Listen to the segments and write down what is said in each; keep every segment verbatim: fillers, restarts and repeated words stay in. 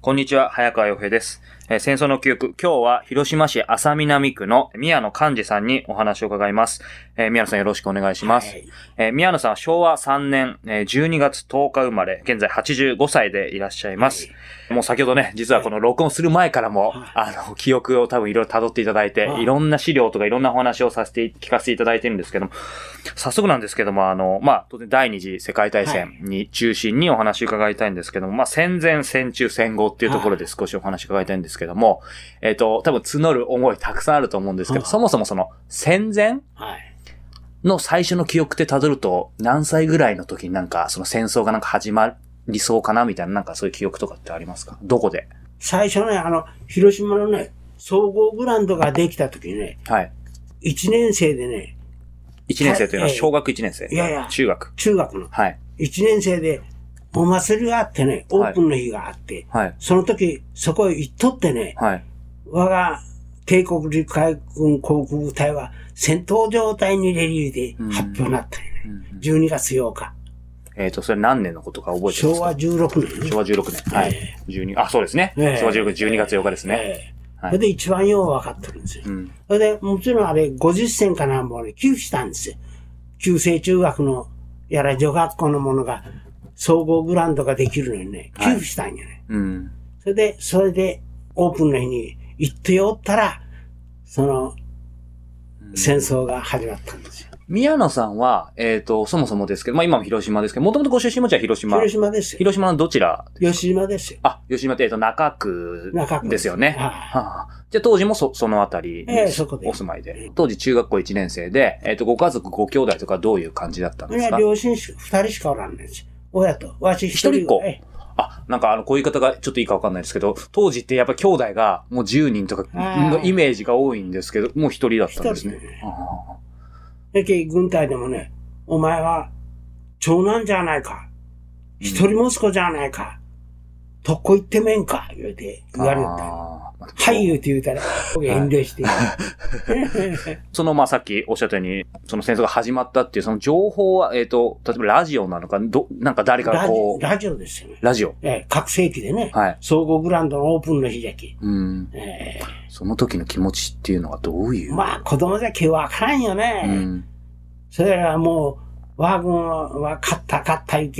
こんにちは、早川洋平です。えー、戦争の記憶、今日は広島市安佐南区の宮野寛治さんにお話を伺います。えー、宮野さんよろしくお願いします。はい、えー、宮野さんはしょうわさんねん、えー、じゅうにがつとおか生まれ、現在はちじゅうごさいでいらっしゃいます。はい、もう先ほどね、実はこの録音する前からも、はい、あの、記憶を多分いろいろ辿っていただいて、はい、いろんな資料とかいろんなお話をさせて、聞かせていただいてるんですけども、早速なんですけども、あの、まあ、当然第二次世界大戦に中心にお話を伺いたいんですけども、まあ、戦前、戦中、戦後っていうところで少しお話を伺いたいんですけども、えっと、多分募る思いたくさんあると思うんですけど、そもそもその戦前の最初の記憶って辿ると何歳ぐらいの時になんかその戦争がなんか始まりそうかなみたいななんかそういう記憶とかってありますか？どこで？ 最初ね、あの、広島のね、総合グラウンドができた時にね、はい。いちねん生でね、 いちねん生というのは小学いちねん生？ いやいや。 中学。 中学の。はい。いちねん生で、お祭りがあってね、オープンの日があって、はい。その時、そこへ行っとってね、はい。我が帝国陸海軍航空部隊は戦闘状態に入れるで発表になったよね。うんうん、じゅうにがつようか。 えっ、ー、と、それ何年のことか覚えてますか？ しょうわじゅうろくねん、ね。 しょうわじゅうろくねん。はい。えー、じゅうに、あ、そうですね。えー、しょうわじゅうろくねん、じゅうにがつようかですね。えーはい、それで一番よう分かってるんですよ。うん、それで、もちろんあれ、ごじゅっせんかなんぼね、寄付したんですよ。旧制中学の、やら女学校のものが、総合グラウンドができるのにね、寄付したんやね。はい、うん。それで、それで、オープンの日に行ってよったら、その、戦争が始まったんですよ。 宮野さんは、えっ、ー、と、そもそもですけど、まあ今も広島ですけど、もともとご出身もじゃあ広島。 広島ですよ。 広島のどちらですか？吉島ですよ。 あ、吉島って、えっ、ー、と、中区ですよね。中区。はい、はあ。じゃあ当時もそ、そのあたりにお住まいで。えー、当時中学校いちねん生で、えっ、ー、と、ご家族、ご兄弟とかどういう感じだったんですか？ いや、両親し二人しかおらんないですよ。親と、わし一人。 一人っ子。あ、なんかあの、こういう方がちょっといいかわかんないですけど、当時ってやっぱ兄弟がもうじゅうにんとかのイメージが多いんですけど、もう一人だったんですね。 だけ軍隊でもね、お前は長男じゃないか。一人息子じゃないか。とっこ行ってめんか言うて言われた。はい言うて言うたら、遠慮して。 そのまあさっきおっしゃったように、その戦争が始まったっていうその情報は、えっ、ー、と、例えばラジオなのか、ど、なんか誰かこう。ラジオですよね。 ラジオ。 ええ、各世紀でね。はい。総合グラウンドのオープンの日だけ。 うん。ええ。その時の気持ちっていうのはどういう？ まあ子供だけわからんよね。うん。それはもう、我が軍は勝った勝った言って、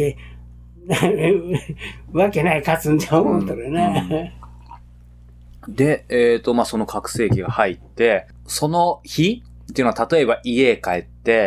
わけない勝つんじゃ思うとるね。 うん、で、えっ、ー、と、まあ、その拡声器が入って、その日っていうのは、例えば家へ帰って、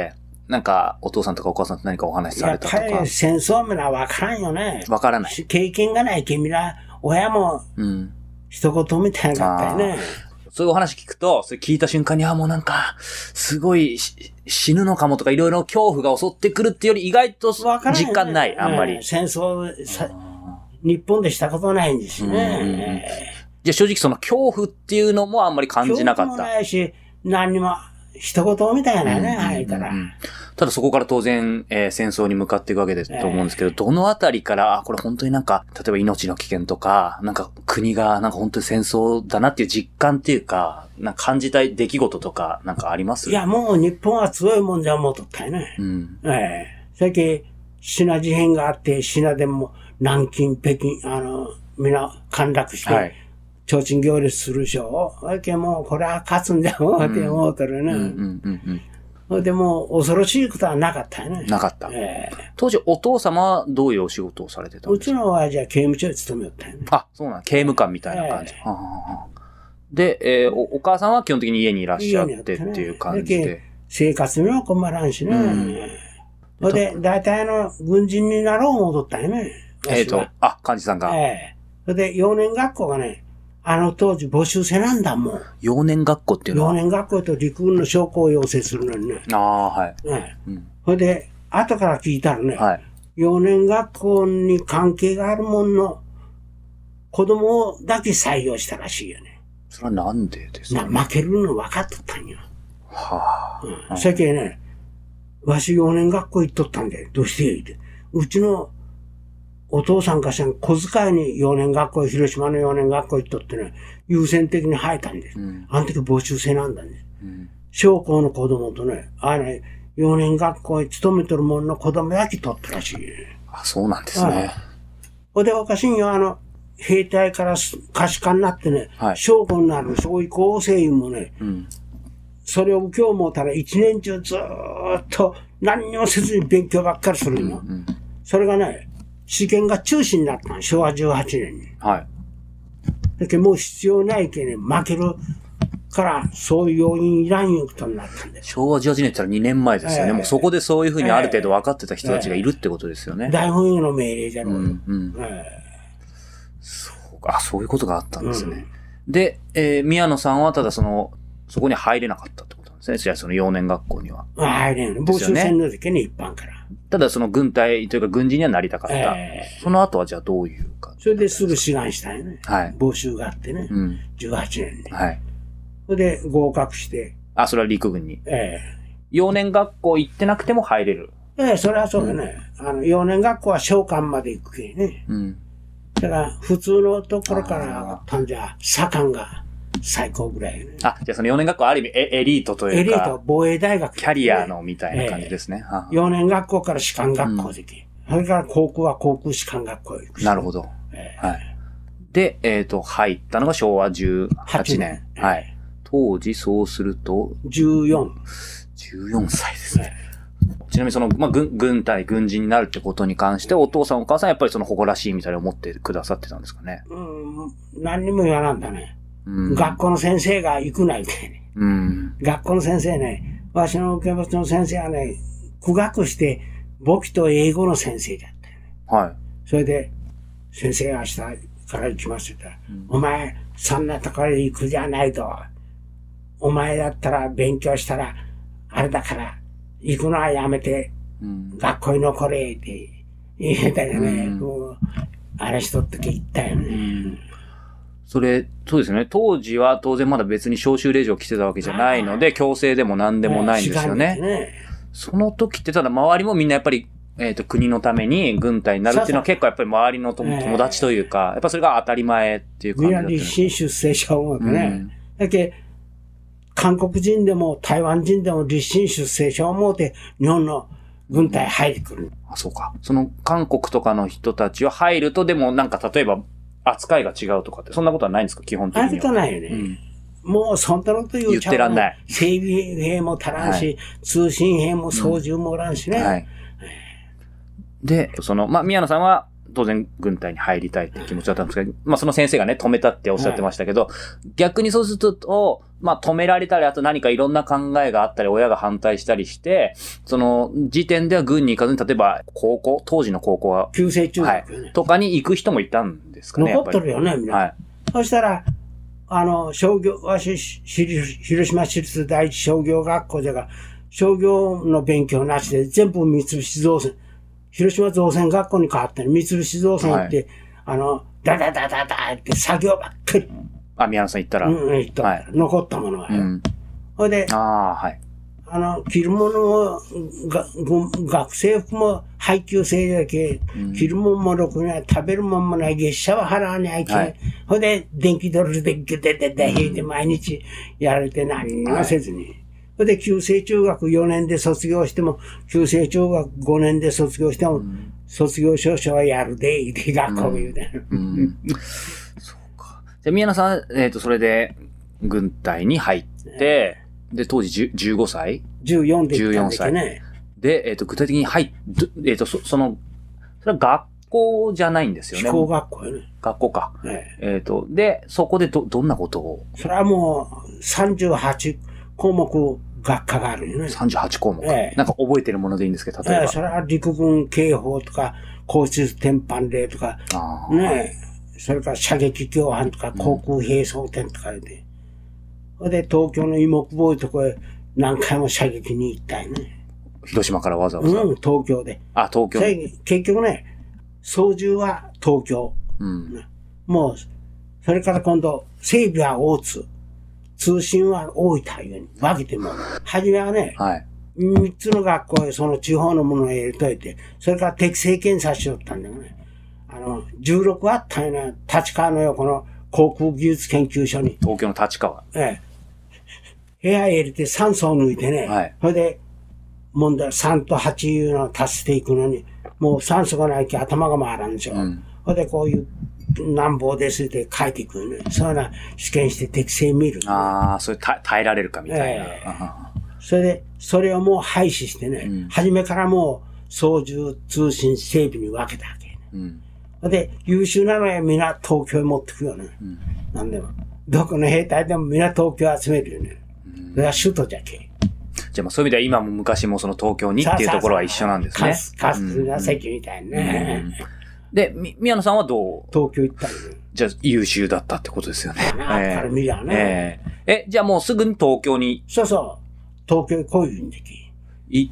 なんか、お父さんとかお母さんと何かお話しされたとか。 やっぱり戦争もなわからんよね。 わからない。 経験がないけみな、親も、一言みたいなったよね。 そういうお話聞くと、それ聞いた瞬間に、あ、もうなんか、すごい死ぬのかもとか、いろいろ恐怖が襲ってくるっていうより、意外と実感ない、ね、あんまり。 ね、戦争さ、日本でしたことないんですよね。 じゃあ正直その恐怖っていうのもあんまり感じなかった。 恐怖もないし、何にも、一言みたいなね、入ったら。 ただそこから当然、えー、戦争に向かっていくわけですと思うんですけど、えー、どのあたりから、あ、これ本当になんか、例えば命の危険とか、なんか国がなんか本当に戦争だなっていう実感っていうか、なんか感じたい出来事とかなんかあります？ いや、もう日本は強いもんじゃ思うとったよね。うん。ええー。さっき、シナ事変があって、シナでも南京、北京、あの、みんな陥落して、はい、提灯行列するでしょ。だけもうこれは勝つんじゃ思うって思うとるね。うんうんうんうんでも、恐ろしいことはなかったよね。 なかった。えー、当時、お父様はどういうお仕事をされてたんですか？ うちの親父は刑務所に勤めよったよね。 あ、そうなん、刑務官みたいな感じ。えー、はで、えーお、お母さんは基本的に家にいらっしゃってっていう感じで。で生活には困らんしね。うん、で、大体の軍人になろう思っとったよね。 えっ、ー、と、あ、幹事さんが。 ええー。で、幼年学校がね、あの当時募集せなんだもん。 幼年学校っていうのは？ 幼年学校と陸軍の将校を養成するのにね。 ああ、はい。 ね。うん。それで、後から聞いたらね、はい、幼年学校に関係があるもんの子供だけ採用したらしいよね。 それはなんでですか？ 負けるの分かっとったんよ。 はあ。うん。さっきね、わし幼年学校行っとったんで、どうして言うて。うちのお父さんかしら小遣いに幼年学校、広島の幼年学校行っとってね、優先的に入ったんです。うん、あの時募集制なんだんです。うん、小校の子供とね、あれ、幼年学校へ勤めとる者の子供だけ取ったらしい。 あ、そうなんですね。 ほんでおかしいよ、あの、 兵隊から可視化になってね、 はい、 将校になる、そういう構成員もね、うん、それを今日思ったら一年中ずーっと何にもせずに勉強ばっかりするの。うんうん、それがね、試験が中止になったの、しょわじゅうはちねんに。はい。だけどもう必要ないけね、負けるから、そういう要因いらんいうことになったんです。 しょうわじゅうはちねんって言ったらにねんまえですよね。えー、もうそこでそういうふうにある程度分かってた人たちがいるってことですよね。 えー、大本営の命令じゃろう。うんうんえー、そうか、そういうことがあったんですね。うん、で、えー、宮野さんはただその、そこに入れなかったってことなんですね。じゃあその幼年学校には。 入れない。募集戦の時に一般から。 ただその軍隊というか軍人にはなりたかった。えー、その後はじゃあどういうか。 それですぐ志願したよね。はい。募集があってね。うん、じゅうはちねんに。はい。それで合格して。 あ、それは陸軍に。ええー。幼年学校行ってなくても入れる。 ええー、それはそうだね。うん、あの、幼年学校は召喚まで行くけね。うん。だから、普通のところから上がったんじゃ、左官が最高ぐらいよね。 あ、じゃあその幼年学校はある意味エエリートというか。 エリート、防衛大学、ね。 キャリアのみたいな感じですね。 ええ、幼年学校から士官学校でき、うん、それから高校は航空士官学校へ行くし、 ね。なるほど。ええ、はい。で、えっ、ー、と、入ったのがしょうわじゅうはちねん。はい。当時そうすると。 じゅうよん。 じゅうよんさいですね。ちなみにその、まあ、軍、軍隊、軍人になるってことに関して、お父さんお母さんやっぱりその誇らしいみたいに思ってくださってたんですかね。 うん、何にも言わなんだね。うん、学校の先生が行くないってね。うん、学校の先生ね、わしの受け持ちの先生はね、苦学して、簿記と英語の先生だったよね。はい。それで、先生が明日から行きますって言ったら、うん、お前、そんなところに行くじゃないと。お前だったら勉強したら、あれだから、行くのはやめて、うん、学校に残れって言えたよね。うん、もうあれしとって言ったよね。うん、 それ、そうですよね。当時は当然まだ別に召集令状来てたわけじゃないので、強制でも何でもないんですよね。ねその時ってただ周りもみんなやっぱり、えっと、国のために軍隊になるっていうのは結構やっぱり周りの友達というか、やっぱそれが当たり前っていう感じだった。 みんな立身出世者思うね。うん、だけ韓国人でも台湾人でも立身出世者を思うて日本の軍隊入ってくる。 あ、そうか。その韓国とかの人たちは入るとでもなんか例えば扱いが違うとかってそんなことはないんですか基本的には。 あることないよね。うん、もうそんなこと言うちゃう。 言ってらんない。 整備兵も足らんし、はい、通信兵も操縦もおらんしね。うんはい、 で、その、まあ、宮野さんは当然軍隊に入りたいって気持ちだったんですけど、まあその先生がね、止めたっておっしゃってましたけど、はい、逆にそうすると、まあ止められたり、あと何かいろんな考えがあったり、親が反対したりして、その時点では軍に行かずに、例えば高校、当時の高校は、 旧制中学、 ねはい、とかに行く人もいたんですかね。 残っとるよね、みんな。はい。そしたら、あの、商業、わし、広島市立第一商業学校でが、商業の勉強なしで全部三菱造船、広島造船学校に変わったね。三菱造船って、はい、あの、ダダダダダって作業ばっかり。 あ、宮野さん言ったら。 うん、言ったら、はい。残ったものは。うん。それで、 ああ、はい。 あの、着るものを、が学生服も配給制だけ、うん、着るもんもろくない、食べるもんもない、月謝は払わないけ、はい。それで、電気ドルでギュデデデ引いて毎日やられて何もせずに。はいそれで、旧制中学よねんで卒業しても、旧制中学ごねんで卒業しても、うん、卒業証書はやるで、いい学校言うね。うんうん、 そうか。じゃあ、宮野さん、えっ、ー、と、それで、軍隊に入って、で、当時じゅうごさい ? じゅうよん で行ったんだっけね。 で、えっ、ー、と、具体的に入っ、えっ、ー、と、そ、その、それは学校じゃないんですよね。 飛行学校よね。 学校か。えっ、ー、と、で、そこでど、どんなことをそれはもう、さんじゅうはちこうもく、学科があるよね。 さんじゅうはちこうもく。ええ、なんか覚えてるものでいいんですけど、例えば。ええ、 それは陸軍刑法とか、皇室典範令とか、ねえ、それから射撃共犯とか、航空兵装填とかで。それで東京の芋久保いうとこへ何回も射撃に行ったよね。 広島からわざわざ。 うん、東京で。 あ、東京。 結局ね、操縦は東京。うん、もう、それから今度、整備は大津。通信は大分いうに分けても、はじめはね、はい、みっつの学校へその地方のものを入れといて、それから適正検査しよったんだよね。あの、じゅうろくあったよね、立川の横の航空技術研究所に。 東京の立川。 ええ。部屋へ入れて酸素を抜いてね、はい、それで、問題さんとはちいうのを足していくのに、もう酸素がないき頭が回らんでしょ。うん、それでこういうなんぼですって書いていくよね。そういうな試験して適正見る、ね。 ああ、それ耐えられるかみたいな。えー、それで、それをもう廃止してね、うん、初めからもう操縦通信整備に分けたわけ、ね。うん、で、優秀なのはみんな東京へ持ってくよね。うん、なんでも。どこの兵隊でもみんな東京集めるよね。うん、それは首都じゃけ。 じゃあもうそういう意味では今も昔もその東京にっていうところは一緒なんですね。 かすな席みたいなね。 うんうん、で、み、宮野さんはどう東京行ったりね。 じゃあ優秀だったってことですよね。 ああ、えー、から見りゃね、 えー。え、じゃあもうすぐに東京に。 そうそう。東京へ来いんでき。 行って、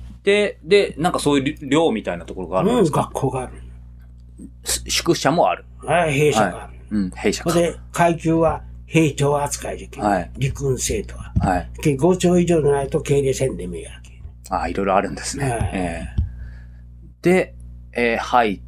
で、なんかそういう寮みたいなところがあるんですか？ うん、学校がある。 宿舎もある。 はい、兵舎がある。 はい、うん、兵舎か。 で、階級は兵長扱いできる。はい。陸軍生徒は。はい。ごちょう以上でないと敬礼せんでもいいわけ。 ああ、いろいろあるんですね。はい、えー、で、えー、入って、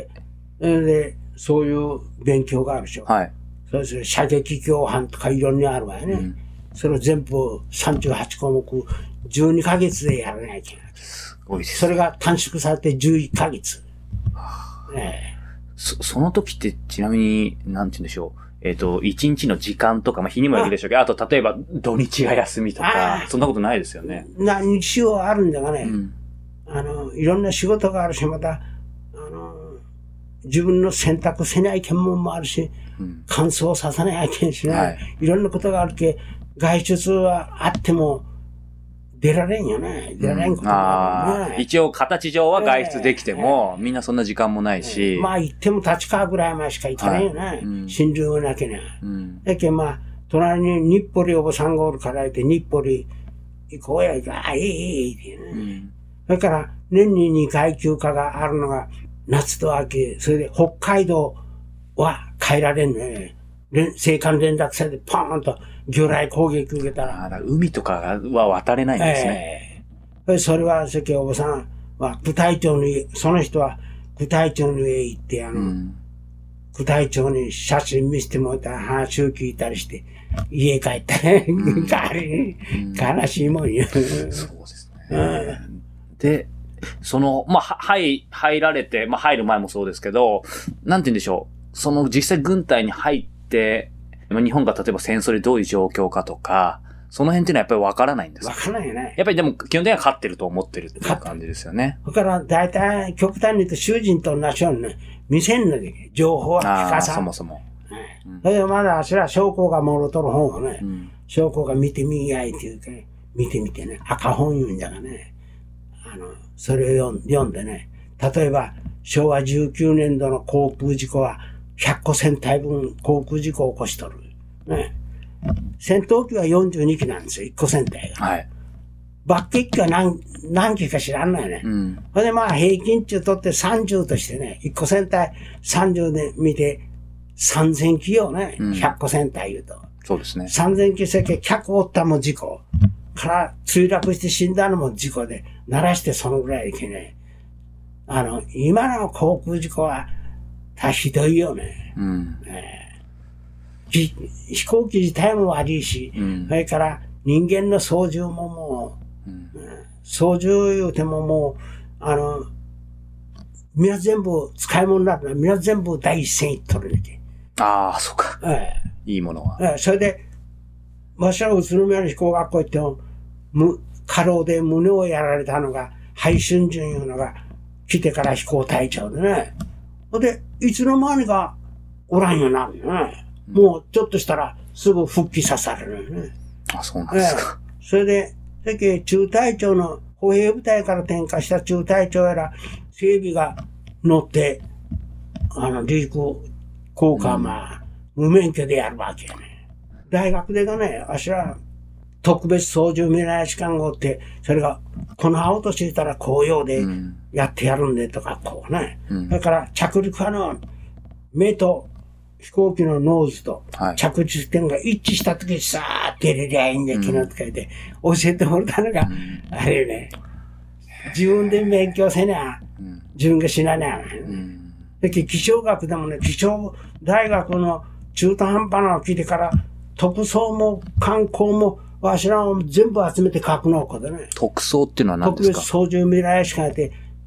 で、で、そういう勉強があるでしょ。はい。それそれ射撃教範とかいろんなあるわよね。うん、それを全部さんじゅうはちこもく、じゅうにかげつでやらないといけない。すごいです。それが短縮されてじゅういっかげつ。 はあ、えーそ、その時ってちなみに、なんて言うんでしょう。えっと、一日の時間とか、まあ、日にもよるでしょうけど、あと、例えば、土日が休みとか、そんなことないですよね。 な、日曜あるんだがね、うん、あの、いろんな仕事があるし、また、あの、自分の選択せないけんもんもあるし、うん、乾燥させないけんしね、はい、いろんなことがあるけ、外出はあっても、出られんよね。出られんことがあるね。 一応形上は外出できても、えーえー、みんなそんな時間もないし。 えー、まあ行っても立川ぐらいまでしか行かないよね。はいうん、新宿がなきゃね。うん、だけどまあ、隣に日暮里おばさんがおるから言って、日暮里行こうや、ああ、いい、いい、いいってね。うん、それから、年ににかい休暇があるのが、夏と秋、それで北海道は帰られんね。青函連絡船でポーンと魚雷攻撃受けたら。 あ海とかは渡れないんですね。 えー、それは、さっきおばさんは、部隊長に、その人は、部隊長の家行って、あの、うん、部隊長に写真見せてもらったら話を聞いたりして、家帰ったね。うん、悲しいもんよ。そうですね。うん、で、その、まあ、入、入られて、まあ、入る前もそうですけど、なんて言うんでしょう。その実際軍隊に入って、で、日本が例えば戦争でどういう状況かとか、その辺っていうのはやっぱりわからないんですか？ わからないよね。 やっぱりでも基本的には勝ってると思ってるっていう感じですよね。 だから大体極端に言うと囚人と同じようにね、見せんので、情報は聞かさん。 そもそも。 うん、それでまだあちら将校がもろとる本をね、うん、将校が見てみやいって言うか、見てみてね、赤本言うんだからね、あの、それを読んでね、例えばしょうわじゅうきゅうねんどの航空事故は、ひゃっこ戦隊分航空事故を起こしとる。ね。戦闘機はよんじゅうにきなんですよ、いっこ戦隊が。はい。爆撃機は何、何機か知らんのよね。うん。それでまあ平均値を取ってさんじゅうとしてね、いっこ戦隊さんじゅうで見てさんぜんきよね、うん、ひゃっこ戦隊言うと。 そうですね。 さんぜんき席、客おったも事故。から墜落して死んだのも事故で、鳴らしてそのぐらいいけない。あの、今の航空事故は、ひどいよね。うんえー、飛行機自体も悪いし、うん、それから人間の操縦ももう、うんうん、操縦言うてももう、あの、みんな全部使い物になるのはみんな全部第一線行っとるんで。 ああ、そうか。えー、いいものは。 えー、それで、わしは宇都宮の飛行学校行っても、む過労で胸をやられたのが、ハイシュンジュンいうのが来てから飛行隊長でね。で、いつの間にかおらんようになるよね。うん、もうちょっとしたらすぐ復帰さされるよね。 あ、そうなんですか。 えー、それで、だけ中隊長の歩兵部隊から転化した中隊長やら整備が乗って、あの、陸航空はまあ、うん、無免許でやるわけやね。大学でがね、あしら特別操縦未来士官号って、それが、この青としてたら紅葉でやってやるんでとか、こうね。うん、だから着陸派の目と飛行機のノーズと着地点が一致したときさーって入れりゃいいんだよ、昨日とか言って、教えてもらったのが、うん、あれね、自分で勉強せな、うん、自分が死なな、うん。で、気象学でもね、気象大学の中途半端なのを聞いてから、特捜も観光も、わしらを全部集めて書くのこでね。 特捜っていうのは何ですか？ 特別操縦未来士官やって、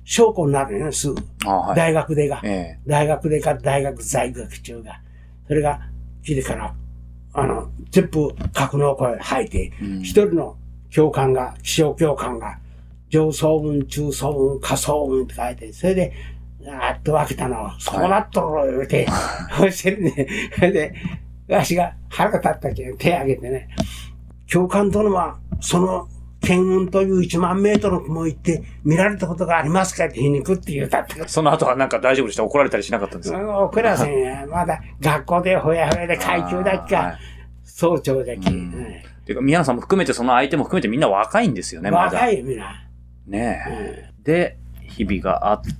将校になるよね、すぐ。 はい、 大学でが、 えー。大学でか大学在学中が。それが来てから、あの、全部格納庫へ吐いて、一、うん、人の教官が、気象教官が、上層文、中層文、下層文って書いて、それで、あーっと分けたのを、そうなっとるろ、言うて、そしてね、それで、わしが腹が立ったけん、手挙げてね、教官殿は、その、剣雲といういちまんメートルも行って見られたことがありますかって皮肉って言うたって。 その後はなんか大丈夫でした？怒られたりしなかったんですか？ 怒らせんや。まだ学校でほやほやで階級だっけか、総長だっけ。うん、 ていうか、宮野さんも含めてその相手も含めてみんな若いんですよね、まだ。 若いよ、みんな。 ねえ、うん。で、日々があって、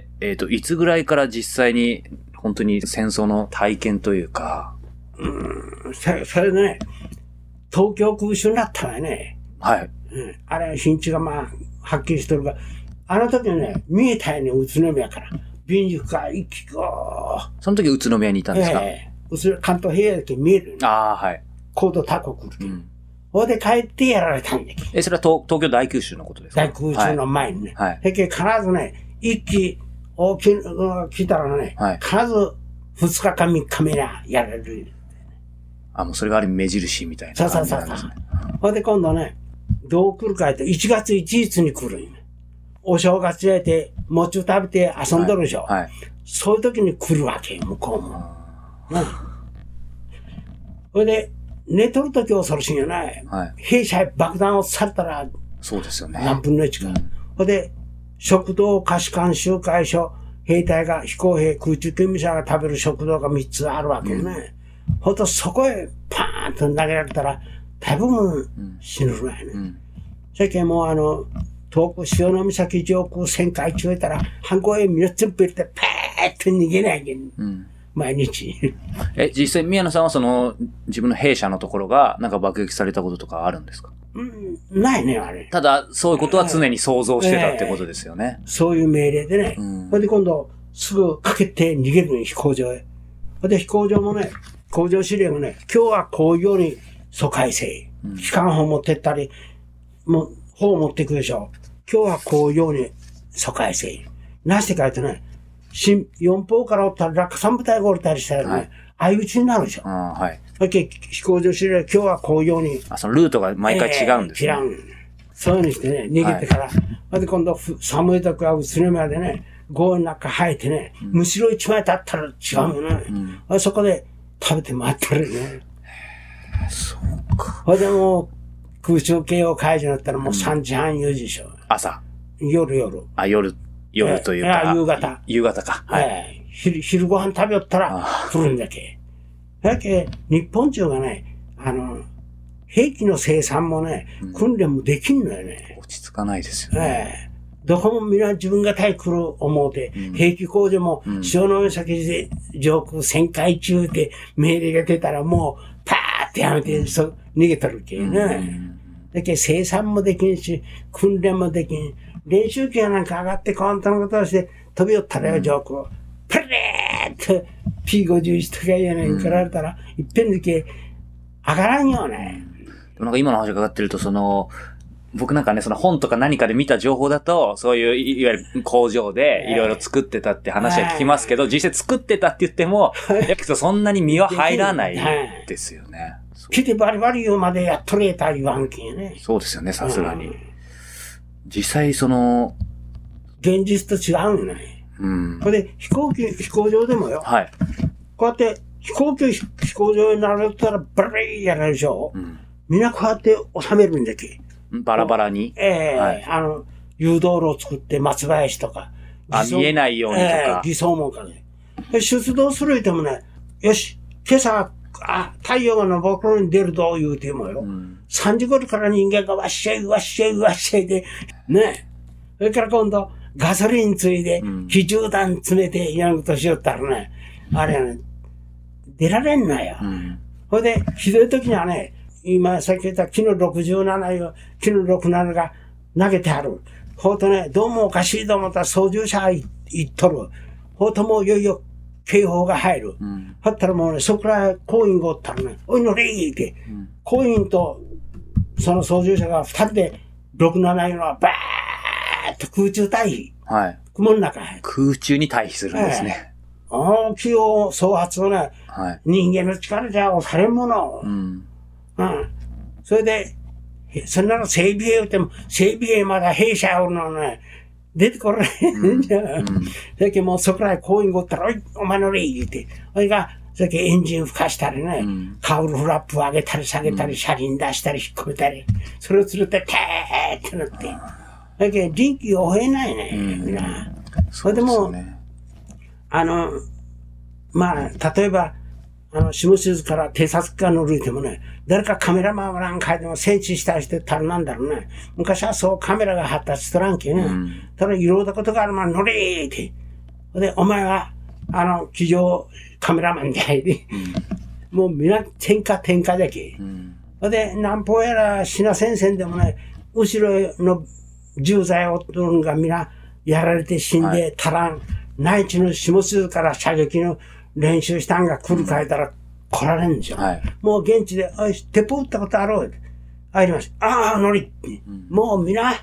えっと、いつぐらいから実際に本当に戦争の体験というか。 うん、それ、それでね、東京空襲になったらね。 はい。 うん、あれ、新地がまあ、はっきりしてるが、あの時ね、見えたよね、宇都宮から。便塾から一気こう。その時宇都宮にいたんですか？ ええー。宇都宮、関東平野だけ見える、ね。 ああ、はい。 高度高く来るけど。うん。ほいで帰ってやられたんだけど。 え、それは東東京大空襲のことですか？ 大空襲の前にね。 はい。 だけど必ずね、一気大きいのが来たらね、はい、必ず二日か三日目にやられる。 あ、もうそれがある意味目印みたいな感じなんですね。そうそうそう。ほいで今度ね、どう来るかって、いちがついちにちに来るんよ。お正月やて、餅を食べて遊んどるでしょ。はいはい、そういう時に来るわけよ、向こうも。それで、寝とる時恐ろしいよね。はい、兵舎へ爆弾をされたら、 そうですよね。 何分のいちか。それで、食堂、下士官集会所、兵隊が、飛行兵、空中勤務者が食べる食堂がみっつあるわけよね。うん、ほんとそこへパーンと投げられたら、多分死ぬぐらいね。うん、そやけんもうあの、遠く潮岬上空旋回中やったら、反抗へみんな全部入れて、パーッと逃げないけん。うん、毎日。 え、実際宮野さんはその、自分の兵舎のところが、なんか爆撃されたこととかあるんですか？ うん、ないね、あれ。 ただ、そういうことは常に想像してたってことですよね。 えー、そういう命令でね。うん、それで今度、すぐかけて逃げるの飛行場へ。それで飛行場もね、飛行場司令もね、今日はこういうように疎開せ。うん、機関砲持ってったり、もう、砲持っていくでしょ。今日はこういうように疎開せ。なしてかいとね、四方からおったら落下三部隊がおったりしたらね、はい、相打ちになるでしょ。あ、はい。だけ飛行場司令は今日はこういうように。 あ、そのルートが毎回違うんですね。 えー、違う。そういうふうにしてね、逃げてから。はい、で、今度、寒い時は宇都宮でね、豪雨の中入ってね、うん、むしろ一枚立ったら違うよね。うんうん、そこで食べて回ってるね。 そうか。 ほいでもう、空襲警報解除になったらもうさんじはんよじでしょ。 朝。 夜夜。 あ、夜、夜というか。 いや、夕方。 夕方か。 はい。昼、昼ご飯食べよったら来るんだけ。だけ日本中がね、あの、兵器の生産もね、うん、訓練もできんのよね。 落ち着かないですよね。 ええ。どこも皆自分が対来る思うて、うん、兵器工場も、潮岬で上空旋回中で命令が出たらもう、パーってやめて、そ逃げとるけね。うんだけど生産もできんし、訓練もできん。練習機なんか上がってコントのことをして飛び寄ったらよ、上空。プレーって ピーごじゅういち とかやねんかられたら、いっぺんだけ上がらんよね。 でもなんか今の話伺ってると、その、僕なんかね、その本とか何かで見た情報だと、そういう、いわゆる工場でいろいろ作ってたって話は聞きますけど、実際作ってたって言っても、やけどそんなに身は入らないですよね。 来てバリバリ言うまでやっとれた言わんけんね。 そうですよね、さすがに。うん、実際その、 現実と違うよね。うん。これで飛行機、飛行場でもよ。はい。こうやって飛行機、飛行場になれたらバリーやられるでしょ。うん。みんなこうやって収めるんだけ。 バラバラにええーはい、あの、誘導路を作って松林とか。 あ、見えないようにとか。えー、偽装門かね。出動する言ってもね、よし、今朝、あ、太陽が昇る頃に出ると言うてもよ。うん、さんじ頃から人間がわっしゃいわっしゃいわっしゃいで、ね。それから今度、ガソリンついで、非充弾詰めてやることしよったらね、あれね、出られんなよ。うん、ほいで、ひどい時にはね、今さっき言った木のろくじゅうななよ、木のろくじゅうななが投げてある。ほうとね、どうもおかしいと思ったら操縦者行っとる。ほうともいよいよ警報が入る。うん、ほったらもうね、そこら行員がおったらね、おいのれーって、うん、行員とその操縦者が二人でろくじゅうななよのバーッと空中退避。はい。 雲の中へ。 空中に退避するんですね。 大きい総発をね、はい、人間の力じゃ押されんもの。うん。うん。それで、そんなの整備兵言っても、整備兵まだ兵舎おるのね、出てこられんじゃん。うん。だけどもうそこらへこういうごったら、おい、お前乗れ言うて。それが、それけエンジン吹かしたりね、うん、カウルフラップ上げたり下げたり、うん、車輪出したり引っ込めたり、それをつるって、てーってなって。だけど臨機応変ないね、みんな。それでも、あの、まあ、例えば、あの、下静から偵察官乗るてもね、誰かカメラマンなんかでも戦地したりしてたらなんだろうね。昔はそうカメラが発達しとらんけね。うん、ただいろんなことがあるま乗れーって。で、お前は、あの、机上カメラマンじゃいで。うん、もう皆天下天下だけ。うん、で、南方やら品戦線でもね、後ろの重罪を取るのが皆やられて死んで足らん。はい、内地の下静から射撃の練習したんが来るかいたら来られんでしょ。はい、もう現地で、おい、鉄砲撃ったことあろう。あります。ああ、乗り、うん、もう皆、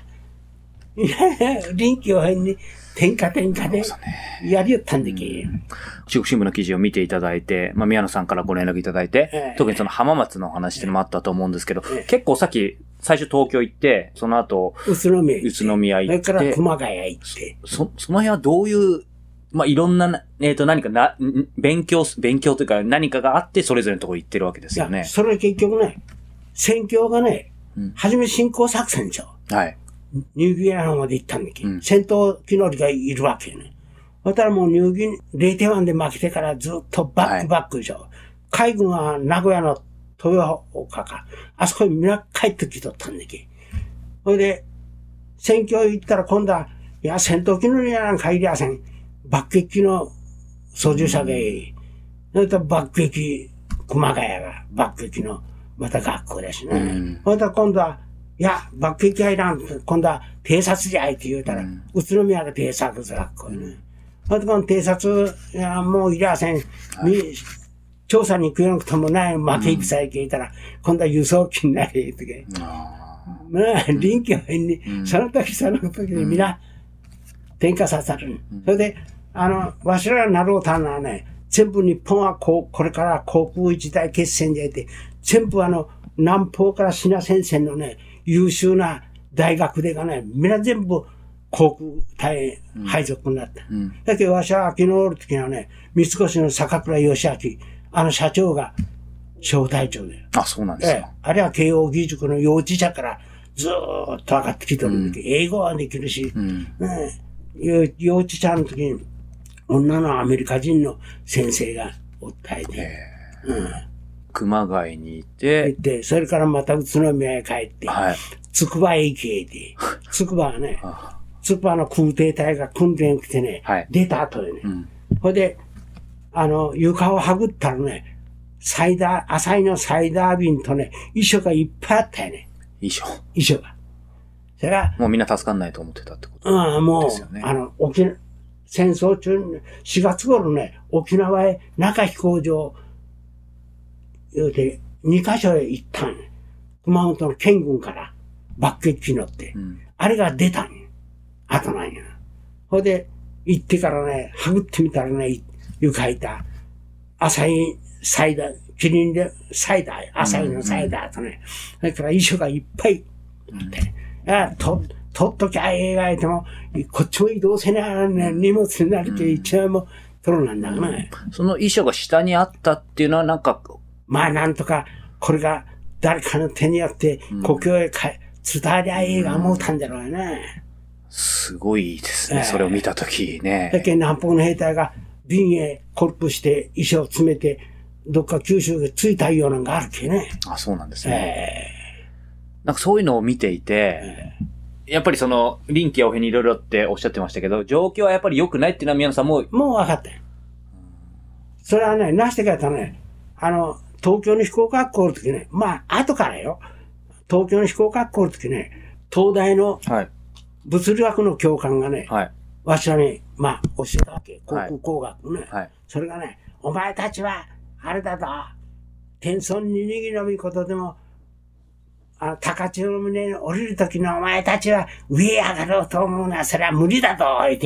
臨機応変に天下天下でやりよったんでけ。 中国新聞の記事を見ていただいて、まあ、宮野さんからご連絡いただいて、ええ、特にその浜松の話っていうのもあったと思うんですけど、ええ、結構さっき、最初東京行って、その後、 宇都宮行って。 宇都宮行って。 それから熊谷行って。 そ、その辺はどういう、まあ、いろんな、えっと、何かな、勉強、勉強というか何かがあって、それぞれのところ行ってるわけですよね。いや、 それ結局ね、戦況がね、うん、初め進行作戦でしょ。はい。ニューギニアの方まで行ったんだけど、うん、戦闘機乗りがいるわけよね。そしたらもうニューギニア、ゼロてんいちで負けてからずっとバックバックでしょ。はい、海軍は名古屋の豊岡か、あそこにみんな帰ってきとったんだけど。それで、戦況行ったら今度は、いや、戦闘機乗りなんかいりゃせん。爆撃の操縦者がいい。それと爆撃、熊谷が爆撃のまた学校ですね。うん、それと今度は、いや、爆撃はいらん。今度は偵察じゃいって言うたら、うん、宇都宮が偵察学校ね。それとこの偵察、いや、もういりゃせん。はい、調査に行くようなこともない負け戦い聞いたら、うん、今度は輸送機になれって。まあ、臨機応変に、うん、その時その時でみんな、転化させる。うん、それで、あの、わしらがなろうたのはね、全部日本はこう、これから航空一大決戦でいて、全部あの、南方から品戦線のね、優秀な大学でがね、みんな全部航空隊配属になった。うんうん、だけどわしは昨日おる時はね、三越の坂倉義明、あの社長が小隊長で。 あ、そうなんですか。ええ、 あれは慶応義塾の幼稚者からずーっと上がってきてるんだけど、うん、英語はできるし、うんね、幼稚者の時に、女のアメリカ人の先生がおったいで、うん、 熊谷にいて、 行って、それからまた宇都宮へ帰って、はい、つくばへ行けで、つくばはね、つくばの空挺隊が訓練来てね、はい、出た後でね、うん、ほいで、あの、床をはぐったらね、サイダー、浅いのサイダー瓶とね、遺書がいっぱいあったよね。 遺書遺書が。それが、 もうみんな助かんないと思ってたってことですよね。うん、もう、 あの、沖縄、戦争中に、しがつ頃ね、沖縄へ中飛行場、言うて、にカ所へ行ったん。熊本の県軍から爆撃機乗って、うん、あれが出たん。後なんや。ほいで、行ってからね、はぐってみたらね、床いた、浅いサイダー、キリンでサイダー、浅いのサイダーとね、それから遺書がいっぱいあって、うん、あと、取っときゃええがいても、こっちも移動せながらね、荷物になるけど、一番も取るなんだからね、 うん。その遺書が下にあったっていうのはなんか、 まあなんとか、これが誰かの手によって故郷へか、伝わりゃええが思うたんだろうよね。 すごいですね、えー、それを見たときね。 だけど南方の兵隊が瓶へコルプして石を詰めて、どっか九州で着いたようなのがあるけね。 あ、そうなんですね。えー、なんかそういうのを見ていて、えー、やっぱりその臨機応変にいろいろっておっしゃってましたけど、状況はやっぱり良くないっていうのは宮野さんも。 もう分かったよ。それはね、なしてかとね、あの、東京の飛行学校の時ね、まあ、後からよ。東京の飛行学校の時ね、東大の物理学の教官がね、はい、わしはね、まあ、教えたわけ。航空工学ね、はい。それがね、お前たちは、あれだと、天孫ににぎのみことでも、あ高千穂の胸に降りる時のお前たちは上へ上がろうと思うのは、それは無理だと、言って、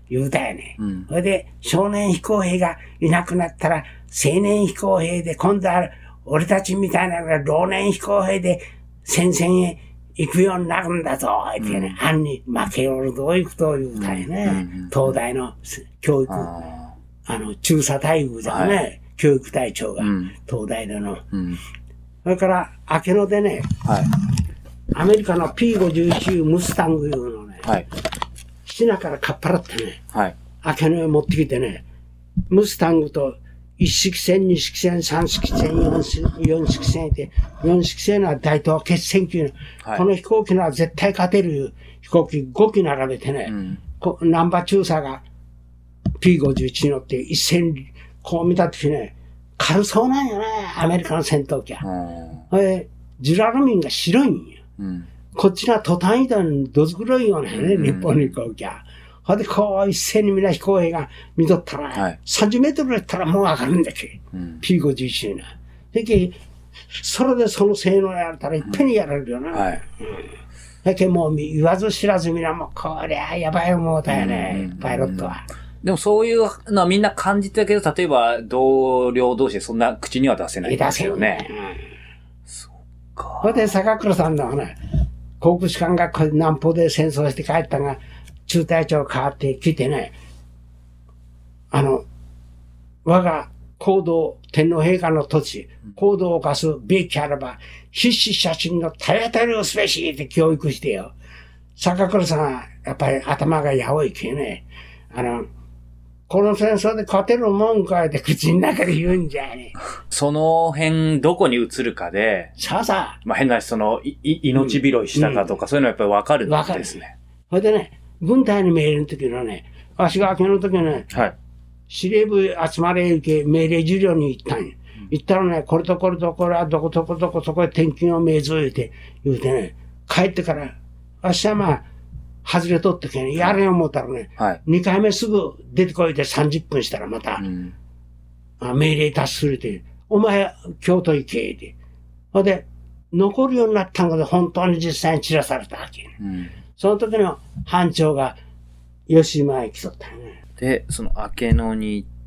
言うたよね。うん、それで、少年飛行兵がいなくなったら、青年飛行兵で、今度は俺たちみたいなのが老年飛行兵で戦線へ行くようになるんだぞ、ってね、案、うん、に負けおるどういうことを言うたよね。うんうんうん、東大の教育、あ, あの、中佐待遇じゃね、はい、教育隊長が、うん、東大での。うん、それから、明け野でね、はい、アメリカの ピーごじゅういち ムスタングいうのね、はい、品からかっぱらってね、はい、明け野へ持ってきてね、ムスタングと一式戦、二式戦、三式戦、四式戦って、四式戦は大東決戦級の、はい、この飛行機なら絶対勝てる飛行機ご機並べてね、うん、ナンバー中佐が ピーごじゅういち 乗って一戦、こう見たときね、軽そうなんよね、アメリカの戦闘機は。うん、で、ジュラルミンが白いんよ。うん、こっちがトタン板にどず黒いよね、うん、日本の飛行機は。ほんで、こう、一斉に皆飛行兵が見とったら、はい、さんじゅうメートルだったらもう上がるんだっけ。うん、ピーごじゅういち な。でけ、それでその性能やったらいっぺんにやられるよな。うんはい、だけもう言わず知らず皆も、こりゃやばい思うたよね、うん、パイロットは。 でもそういうのはみんな感じてたけど、例えば同僚同士でそんな口には出せないんですよね。うん、そっか。 ほんで、坂倉さんのね、航空士官学校で南方で戦争して帰ったが、中隊長変わってきてね、あの、我が行動、天皇陛下の土地、行動を犯すべきあらば、必死写真の体当たりをすべしって教育してよ。坂倉さんは、やっぱり頭がやおいけね、あの、この戦争で勝てるもんかって口の中で言うんじゃね。 その辺、どこに移るかで、 さあさあ。 まあ、変なその、い、命拾いしたかとか、うん、そういうのはやっぱりわかるんですね。 それでね、軍隊の命令の時のね、わしが明けの時ね、はい、司令部集まれ行け命令受領に行ったんや。行ったらね、これとこれとこれはどこどこどこそこへ転勤を命ずいて、言うてね、帰ってから、わしはまあ、外れとってけね、やれん思ったらね、はい、にかいめすぐ出てこいでさんじゅっぷんしたらまた、うん、命令達するって、お前、京都行けって。ほんで、残るようになったんだけど、本当に実際に散らされたわけ、ね。うんその時の班長が吉島へ来とったよね。 で、その明野に行って、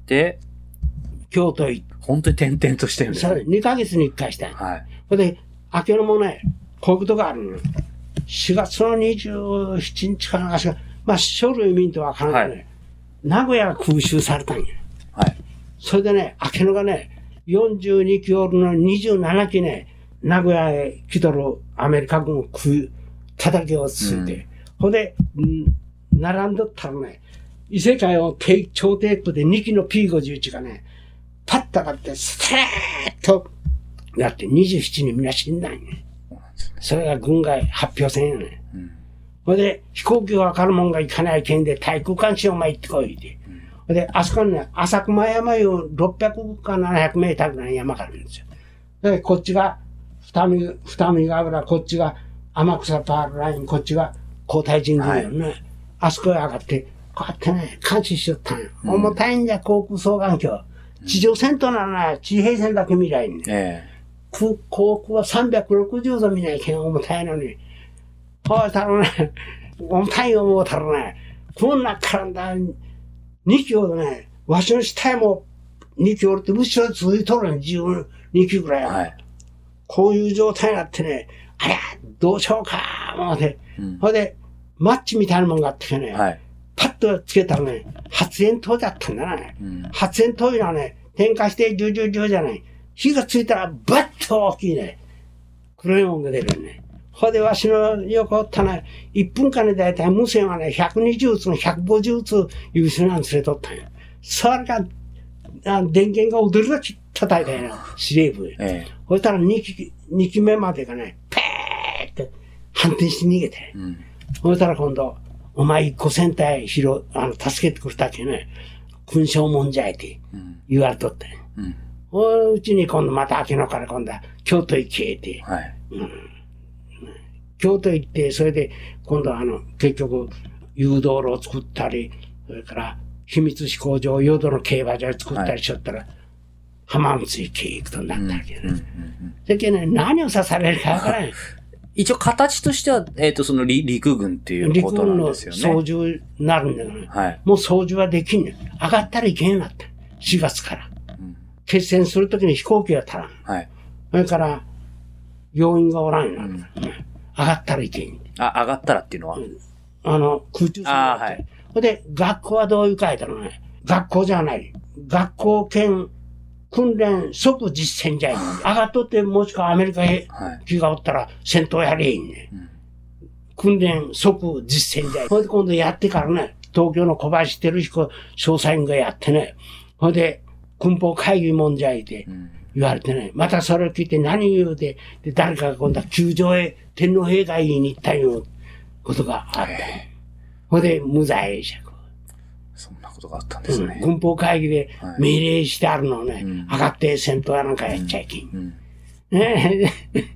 京都行って。 本当に転々としてるんですね。 そう、にかげつにいっかいしたんはい。それで、明野もね、こういうことがあるの。しがつのにじゅうしちにちかなんかしか、まあ、書類見んとわからない、ね。はい、名古屋が空襲されたんや。はい。それでね、明野がね、よんじゅうにきおるのにじゅうななきね、名古屋へ来とるアメリカ軍を食い、叩きをついて、うん、ほんで、うん、並んどったらね、異世界を超低空でにきの ピーごじゅういち がね、パッと上がって、ステーッと、なってにじゅうななにんみんな死んだんね。それが軍外発表せんよね。うん、ほんで、飛行機がわかるもんが行かない県で対空監視を前行ってこいって。うん、ほんで、あそこにね、浅熊山いうろっぴゃくかななひゃくメーターぐらいの山があるんですよ。で、こっちが、二見、二見ヶ浦、こっちが、天草パールライン、こっちが皇太神宮よね、はい。あそこへ上がって、こうやってね、監視しとったんよ。うん、重たいんじゃ、航空双眼鏡。地上戦闘ならな、地平線だけ見りゃいいんだよ。えー、航空はさんびゃくろくじゅうど見ないけん重たいのに。ほうたらね、重たい思うたらね、こんなからんだ、にきほどね、わしの下へもにきおるって後ろに続いとるのじゅうにきぐらい、はい。こういう状態になってね、ありゃ、どうしようか、思うて。うん、ほいで、マッチみたいなもんがあってね、はい、パッとつけたらね、発煙筒だったんだな、ねうん。発煙筒いうのはね、点火してジュジュジュじゃない。火がついたらバッと大きいね、黒いもんが出るね。ほいで、わしの横おったら、いっぷんかんでだいたい無線はね、ひゃくにじゅうつのひゃくごじゅうつ優秀なの連れとったんや。それが、あ電源が踊りだけ叩いたんやな、司令部へ。ええ、そしたらにき、にきめまでがね、ペーって反転して逃げて。うん、そしたら今度、お前一個戦隊拾、あの、助けてくれたっけね、勲章もんじゃいって言われとったんや。うん、うちに今度また明野から今度は京都行けって。はいうん、京都行って、それで今度はあの、結局、誘導路を作ったり、それから、秘密飛行場、淀の競馬場を作ったりしよったら、はい、浜松行け行くとなったわけね。だけどね、何を刺されるかわからない。 一応形としては、えっ、ー、と、その陸軍っていうことなんですよね。 陸軍の操縦になるんだよね。 はい。 もう操縦はできんねん。上がったらいけんなって。しがつから。うん、決戦するときに飛行機が足らん。はい。それから、要員がおらんよ、うん。上がったらいけん。 あ、上がったらっていうのは、うん、 あの、空中戦があって。はい。で、学校はどういう書いたのね。学校じゃない。学校兼訓練即実戦じゃい。上がっとって、もしくはアメリカへ気がおったら戦闘やれいんね。うん、訓練即実戦じゃい。ほんで今度やってからね、東京の小林照彦少佐院がやってね、ほんで軍法会議問題で言われてね、またそれを聞いて何言うて、で誰かが今度は球場へ天皇陛下院に行ったようなことがあった。ほんで無罪釈。 そんなことがあったんですね。 うん、軍法会議で命令してあるのをね、はい、上がって戦闘やなんかやっちゃいけん。うんうんね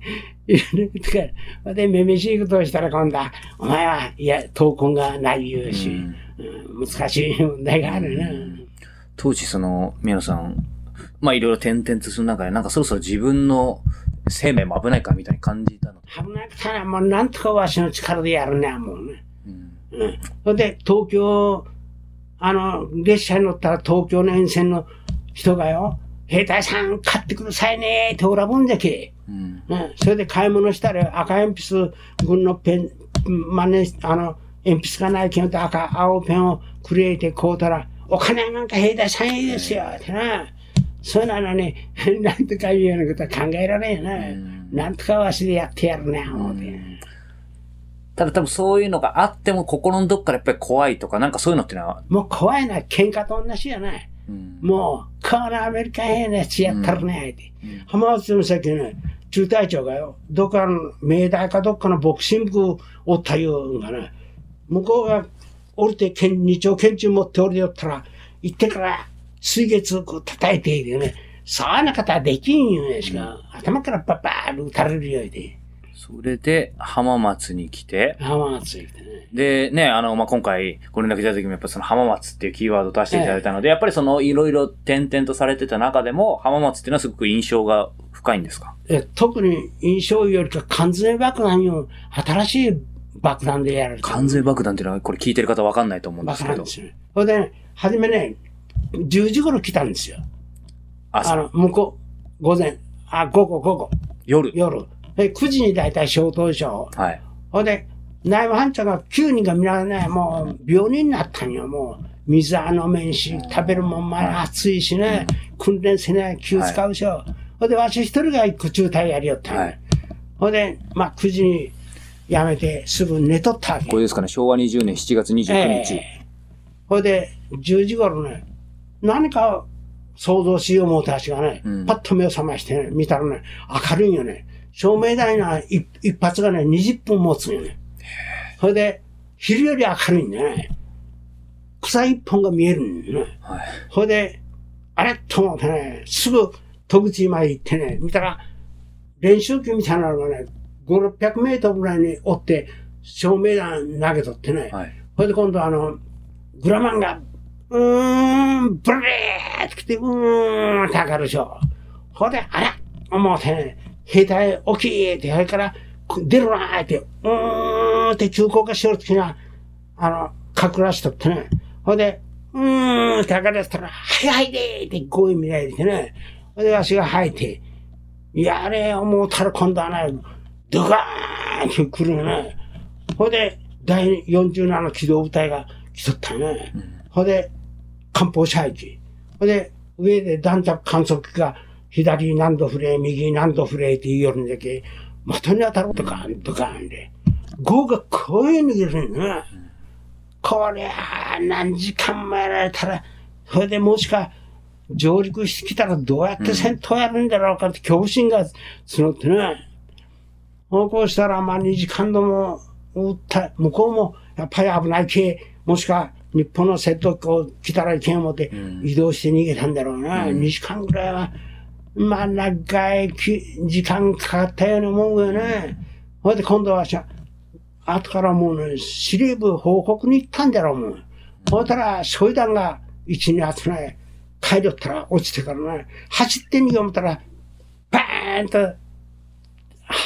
え。で、めめしいことをしたら今度は、お前は、いや、闘魂がない言うし、うんうん、難しい問題があるな。うん、 当時、その、宮野さん、まあ、いろいろ転々とする中で、なんかそろそろ自分の生命も危ないかみたいに感じたの。 危なくたら、もうなんとかわしの力でやるね、もうね。うん。うん。それで、東京、あの、列車に乗ったら東京の沿線の人がよ、兵隊さん買ってくださいねっておらぶんじゃけ。うん。うん。それで買い物したら赤鉛筆、軍のペン、まね、あの、鉛筆がないけんと赤、青ペンをくれて買うたら、お金なんか兵隊さんいいですよってな。そうなのに、なんとかいうようなことは考えられんよな。うん、なんとかわしでやってやるね、思うて。うん、 ただ多分そういうのがあっても心のどっかでやっぱり怖いとか、なんかそういうのってのは。 もう怖いな、喧嘩と同じじゃない。うん、もう、このアメリカ兵のやつやったらね、って。うん、浜松の先ね、中隊長がよ、どっかの、明大かどっかのボクシングおったようがね、向こうが降りて剣、二丁拳銃持って降りておったら、行ってから水月を叩いているよね。そうな方はできんよね、しか、うん、頭からパッパーと撃たれるようで。 それで、浜松に来て。 浜松に来てね。 で、ね、あの、まあ、今回、ご連絡いただいた時もやっぱその浜松っていうキーワードを出していただいたので、ええ、やっぱりその、いろいろ点々とされてた中でも、浜松っていうのはすごく印象が深いんですか？ え、特に印象よりか、関税爆弾よ、新しい爆弾でやられた。 関税爆弾っていうのは、これ聞いてる方わかんないと思うんですけど。 わかんないですよね。それで、ね、はじめね、じゅうじ頃来たんですよ。朝。あの、向こう、午前、あ、午後、午後。 夜。 夜。で、くじにだいたい消灯でしょ。はい。ほんで、内部班長がきゅうにんがみんなね、もう病人になったんよ、もう。水は飲めんし、食べるもんまあ暑いしね、うん、訓練せない気を使うでしょ。はい、ほんで、わし一人が一個中隊やりよったんよ。はい、ほんで、まあくじに辞めてすぐ寝とったわけ。 これですかね、しょうわにじゅうねんしちがつにじゅうくにち。えー、 ほんで、じゅうじ頃ね、何か想像しよう思うたちがね、うん、パッと目を覚ましてね、見たらね、明るいんよね。照明台の一一発がね、にじゅっぷん持つんよね。それで、昼より明るいんだね。草一本が見えるんだよね。はい。それで、あれと思ってね、すぐ戸口まで行ってね、見たら、練習機みたいなのがね、ご、ろっぴゃくメートルぐらいにおって、照明弾投げとってね。はい。それで今度あの、グラマンが、うーん、ブレーって来て、うーんって上がるでしょ。それで、あれ思ってね、兵隊起きーって、それから、出るなーって、うーんって急降下しよるときには、あの、隠らしとってね。ほんで、うーんって上がらせたら、はいはいでーってこういう意味られてね。ほんで、わしが吐いて、やれ思うたら今度はね、ドカーンって来るね。ほんで、だいよんじゅうなな機動部隊が来とったね。うん、ほんで、艦砲射撃。ほんで、上で弾着観測機が、左何度振れ、右何度振れって言いよるんだけど、的に当たろうとか、ドカーンで。ゴーがこういう逃げるんだな。うん、こりゃあ、何時間もやられたら、それでもしか、上陸してきたらどうやって戦闘やるんだろうかって恐怖心が募ってね。こうしたら、まあにじかんでも撃った、向こうもやっぱり危ない系、もしくは日本の戦闘機を来たらいけん思って移動して逃げたんだろうな。うん、にじかんぐらいは、まあ長い時間かかったように思うよね。それで今度はさ、後からもうね、司令部報告に行ったんだろうもん。そしたら、焼夷弾が一に集まり、帰りよったら落ちてからね、走って逃げ思ったら、バーンと、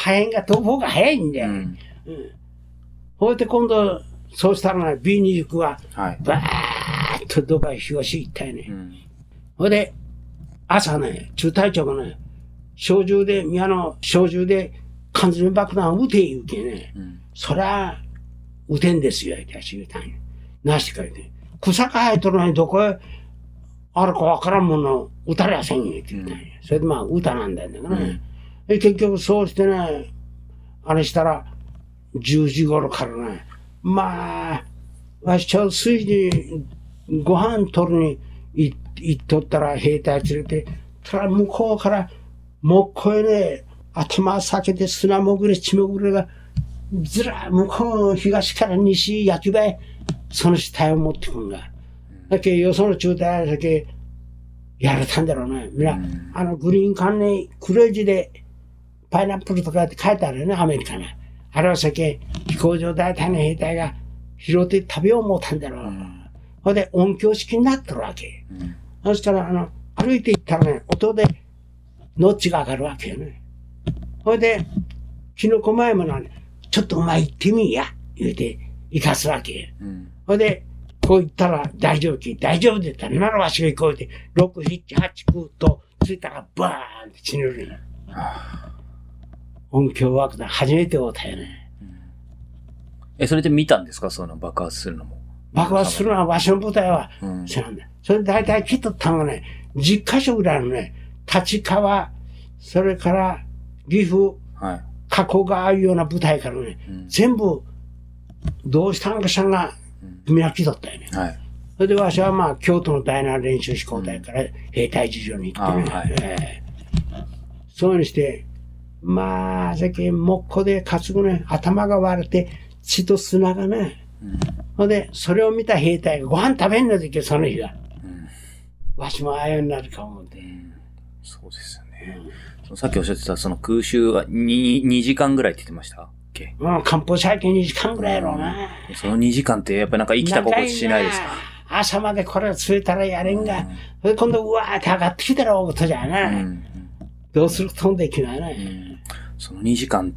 煙が飛ぶ方が早いんだよ。うん。うん、ほいで今度、そうしたらね、ビーにじゅうきゅう は、バーッとどっか東行ったよね。うん、ほいで、朝ね、中隊長がね、小銃で、宮の小銃で、缶詰爆弾を撃て言うけね。うん、そりゃ、撃てんですよ、私言うたんよ。なしか言うて。草が生えとるのにどこへ、あるかわからんもの、撃たれやせんよ、って言ったんよ。それでまあ、撃たなんだよね。うん、で結局そうしてね、あれしたら、じゅうじ頃からね、まあ、わしちょうど水にご飯取るに行っとったら兵隊連れて、たら向こうからもっこへね、頭避けて砂もぐれ、血もぐれが、ずら、向こうの東から西焼き場へ、その死体を持ってくんが。だけよその中隊だけやれたんだろうな。みんな、あのグリーン缶に黒い字でパイナップルとかって書いてあるよね、アメリカに。あれはさけ、飛行場大隊の兵隊が拾って食べよう思ったんだろう。うん、ほいで音響式になってるわけ。うん、そしたら、あの、歩いて行ったらね、音で、ノッチが上がるわけよね。ほいで、キノコ前もね、ちょっとお前行ってみいや、言うて、行かすわけよ。うん、ほいで、こう言ったら大丈夫き、大丈夫で言ったら、ならわしが行こうて、ろく、なな、はち、きゅうと、ついたらバーンって血ぬるの。音響爆弾初めて会うたよね。うん、 え、それで見たんですか、その爆発するのも。 爆発するのはわしの部隊は、うん、知らんだ。それで大体来とったのがね、じゅっかしょぐらいのね、立川、それから岐阜、はい、加古川いうような部隊からね、うん、全部、どうしたんかさんが、みんな来とったよね。はい、それでわしはまあ、京都の第七練習飛行隊から兵隊事情に行ってね、はい、えー、そういうふうにして、まあ、さっき、もっこで担ぐね、頭が割れて、血と砂がね、うん、ほんで、それを見た兵隊がご飯食べんの時その日が。うん、わしもああいうになるか思って、うん。 そうですよね。うん、さっきおっしゃってた、その空襲が 2, 2時間ぐらいって言ってましたっけ？ うん、漢方最近にじかんぐらいやろうな、 うん。そのにじかんってやっぱなんか生きた心地しないですか？ 朝までこれをついたらやれんが、うん、それ今度うわーって上がってきたら大事じゃな、うん。どうすると飛んでいきないね。うんそのにじかんって、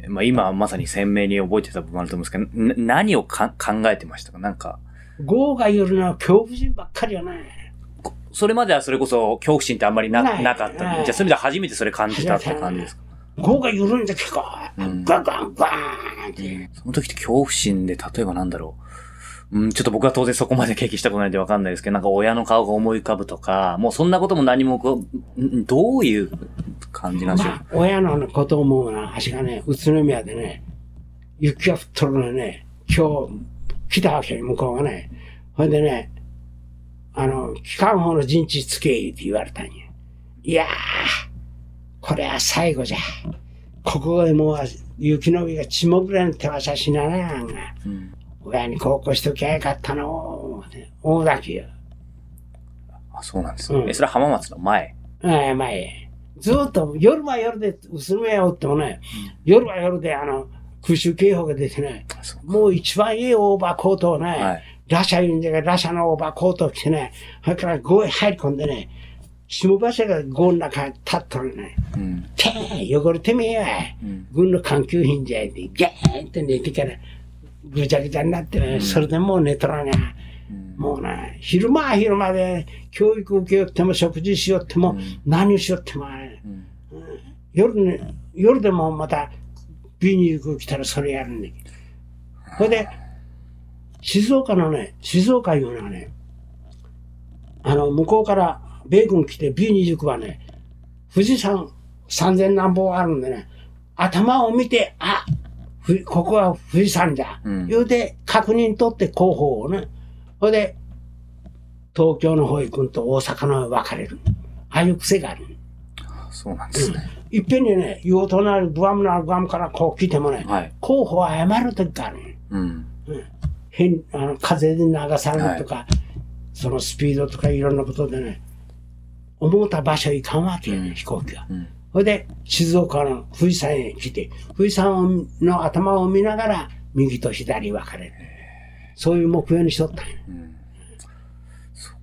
まあ今まさに鮮明に覚えてた部分あると思うんですけど、何をか考えてましたかなんか。 豪が言うのは恐怖心ばっかりよね。 それまではそれこそ恐怖心ってあんまり な, なかったんで、じゃあそういう意味では初めてそれ感じたって感じですか？ 豪が緩んで結構、うん、ガンガンガーンって。 その時って恐怖心で例えばなんだろう。うん、ちょっと僕は当然そこまで経験したことないんでわかんないですけど、なんか親の顔が思い浮かぶとか、もうそんなことも何もこう、どういう感じなんでしょう、まあ、 親のことを思うな、足がね、宇都宮でね、雪が降っとるのにね、今日来たわけよ、向こうがね。ほんでね、あの、機関砲の陣地つけって言われたんや。いやー、これは最後じゃ。ここでもう雪の上が血もぐらいの手はしならんが。うん親にこうこうしときゃよかったのー、思うだけよ。 あ、そうなんですね。うん、え、それは浜松の前？ ええ、前。ずーっと、夜は夜で、薄めやおってもね、うん、夜は夜で、あの、空襲警報が出てね、もう一番いいオーバーコートをね、はい、ラシャ言うんだけど、ラシャのオーバーコートを着てね、それから郷へ入り込んでね、下橋が郷の中に立っとるね。うん、てー汚れてみえよ、うん、軍の環境品じゃいて、ギャーンって寝てから、ぐちゃぐちゃになってね、うん、それでもう寝とらね、うん、もうね、昼間は昼間で教育受けよっても食事しよっても、うん、何しよってもね、うんうん、夜ね、夜でもまた ビーにじゅうきゅう 来たらそれやるんだけど。それで、静岡のね、静岡いうのはね、あの、向こうから米軍来て ビーにじゅうきゅう はね、富士山さんぜんなんぼあるんでね、頭を見て、あ、ここは富士山だ。うん、言うて、確認取って広報をね。それで、東京の方行くんと大阪の方へ分かれる。ああいう癖がある。 そうなんですね。 うん、いっぺんにね、用途のあるグアムのあるグアムからこう来てもね、はい、候補は謝るときがある。うん。うん、変、あの、風で流されるとか、はい、そのスピードとかいろんなことでね、思った場所へ行かんわけよね、うん、飛行機が。うんそれで、静岡の富士山へ来て、富士山の頭を見ながら、右と左分かれる。そういう目標にしとったんや。うん、 そうか。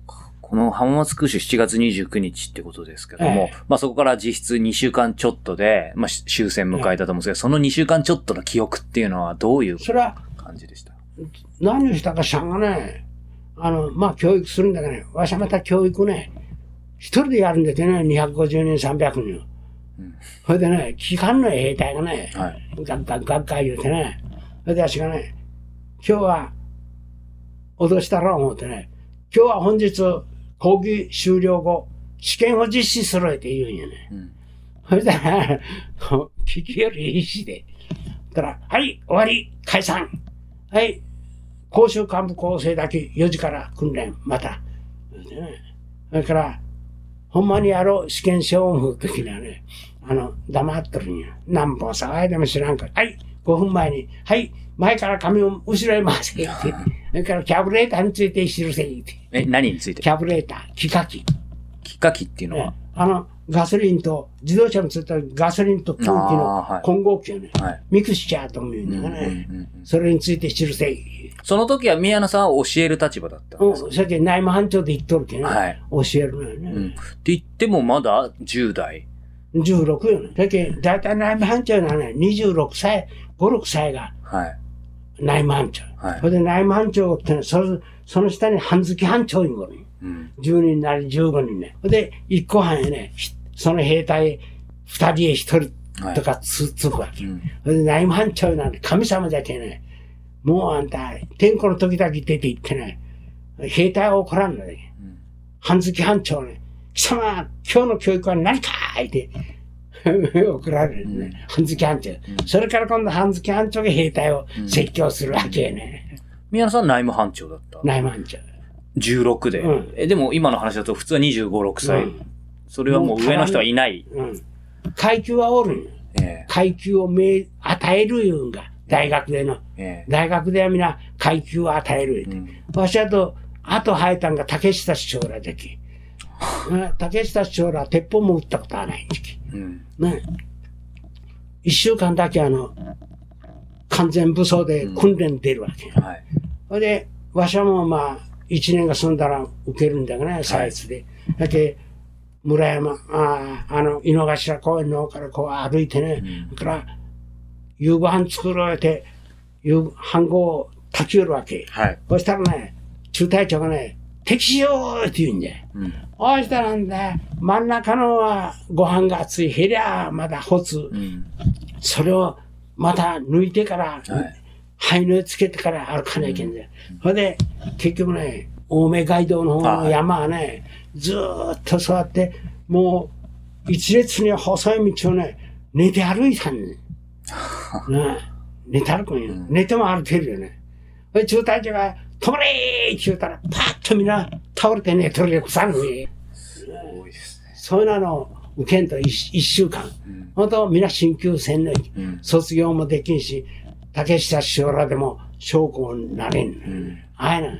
この浜松空襲しちがつにじゅうくにちってことですけども、 ええ、 まあそこから実質にしゅうかんちょっとで、まあ終戦迎えたと思うんですけど、ええ、そのにしゅうかんちょっとの記憶っていうのはどういう感じでした？ 何をしたかしゃんがね、あの、まあ教育するんだけどね、わしはまた教育ね、一人でやるんですよね、にひゃくごじゅうにん、さんびゃくにん。うん、それでね、機関の兵隊がね、はい、学会、学会言うてね、それで私がね、今日は、脅したろう思ってね、今日は本日、講義終了後、試験を実施するって言うんよね。うん、それでね、聞きよりいいしで。だから、はい、終わり、解散。はい、甲州幹部構成だけよじから訓練、また。それから、ほんまにやろう、試験書を思うときにはね、あの、黙っとるんや。何本騒いでも知らんから。はい、ごふんまえに、はい、前から紙を後ろへ回せって。それからキャブレーターについて記せって。 え、何について？ キャブレーター、気化器。 気化器っていうのは、 ね、あの、ガソリンと、自動車についたガソリンと空気の混合機をね、はい、ミクスチャーと思うんだがね、うんうんうん、それについて記せ。 その時は宮野さんは教える立場だったんですか？ うん、さっき内務班長で言っとるけどね、はい、教えるのよね、うん。って言ってもまだじゅうだい。 じゅうろくよね。だけど、だいたい内務班長はね、にじゅうろくさい、ご、ろくさいが、内務班長。はい。それで内務班長ってのは、その、その下に半月班長いうのに、うん、じゅうにんなりじゅうごにんね。それで、一個班へね、その兵隊、二人へ一人とかつ、つくわけ。うん、それで内務班長なんて神様だけね、もうあんた、天候の時だけ出て行ってね、兵隊は怒らんのね。うん、半月班長ね、貴様、今日の教育は何かーって、怒られるね。うん、半月班長、うん。それから今度半月班長が兵隊を説教するわけね。うん、 宮野さん内務班長だった？ 内務班長。 じゅうろくで。うん、え、でも今の話だと普通はにじゅうご、ろくさい。うん、それはもう上の人はいない。 うん。階級はおるんよ。えー、階級を命、与えるいうんが。大学での。えー、大学ではみんな階級を与える。うん、わしあと、あと生えたんが竹下師匠らだけ。竹下師匠らは鉄砲も撃ったことはないんじき。うん、ね。一週間だけあの、完全武装で訓練出るわけ。うん、はい。それで、わしはもうまあ、一年が済んだら受けるんだけどね、サイズで。だけ村山、ああの、井の頭公園の方からこう歩いてね、うん、だから、夕ご飯作ろうって、夕飯後を立ち寄るわけ。はい。そしたらね、中隊長がね、敵しようって言うんだよ。うん。そしたらなんだ、真ん中のはご飯が熱い、へりゃまだ干つ。うん。それをまた抜いてから、はい。灰のつけてから歩かなきゃいけないんだよ。うん、それで、結局ね、青梅街道の方の山はね、ずーっと座って、もう、一列に細い道をね、寝て歩いたんだよ。ね、寝て歩くんよ。寝ても歩けるよね。それ中隊長が、止まれーって言うたら、パッとみんな倒れて寝とるよ、草の上。すごいですね。そういうのを受けんと一, 一週間。うん、ほんと、みんな進級せんのに、うん、卒業もできんし、竹下師匠らでも将校になれん。うん、ああいうの。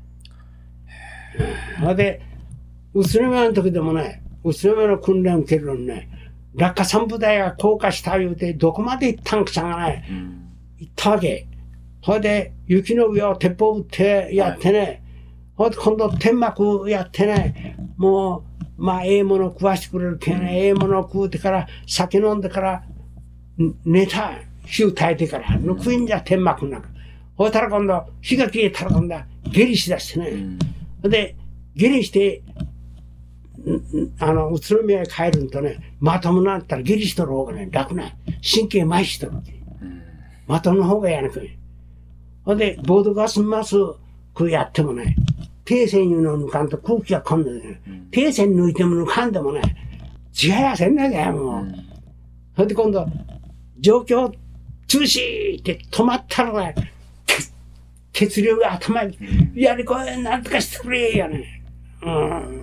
ほ、うんで、宇都宮の時でもね、宇都宮の訓練を受けるのにね、落下三部隊が降下した言うて、どこまで行ったんかさんがね、うん、行ったわけ。ほいで、雪の上を鉄砲撃ってやってね、はい、ほいで今度天幕やってね、もう、まあ、ええもの食わしてくれるけんね、ええもの食うてから、酒飲んでから、寝た、火を焚いてから、抜くんじゃ天幕の中。ほいたら今度、火が消えたら今度は下痢しだしてね。うん、で、下痢して、あの、宇都宮へ帰るんとね、まともになったら下痢しとる方がね、楽な。神経麻痺しとるわけ。うん、まともの方がやなくね。ほんで、ボードガスマスこうやってもね、低線いうのを抜かんと空気がこんでね、うん、低線抜いても抜かんでもね、違いやせんなきゃもう。うん、ほんで今度、状況中止って止まったらね、血流が頭に、やりこれなんとかしてくれやね。うん。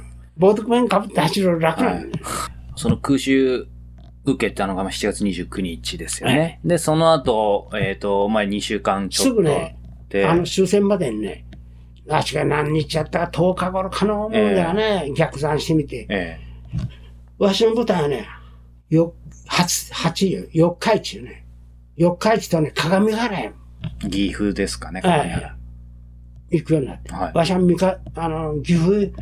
ボード面かぶって走る楽なんだね。 その空襲受けたのがしちがつにじゅうくにちですよね。はい、で、その後、えっ、ー、と、前にしゅうかんちょっと。 すぐね、あの終戦までにね、あしが何日やったかとおかごろかの思うんだよね、えー、逆算してみて。えー、わしの部隊はね、よ、八、八、四日市よね。四日市とね、鏡原や。 岐阜ですかね、鏡原。 行くようになって。はい、わしはみか、あの、岐阜、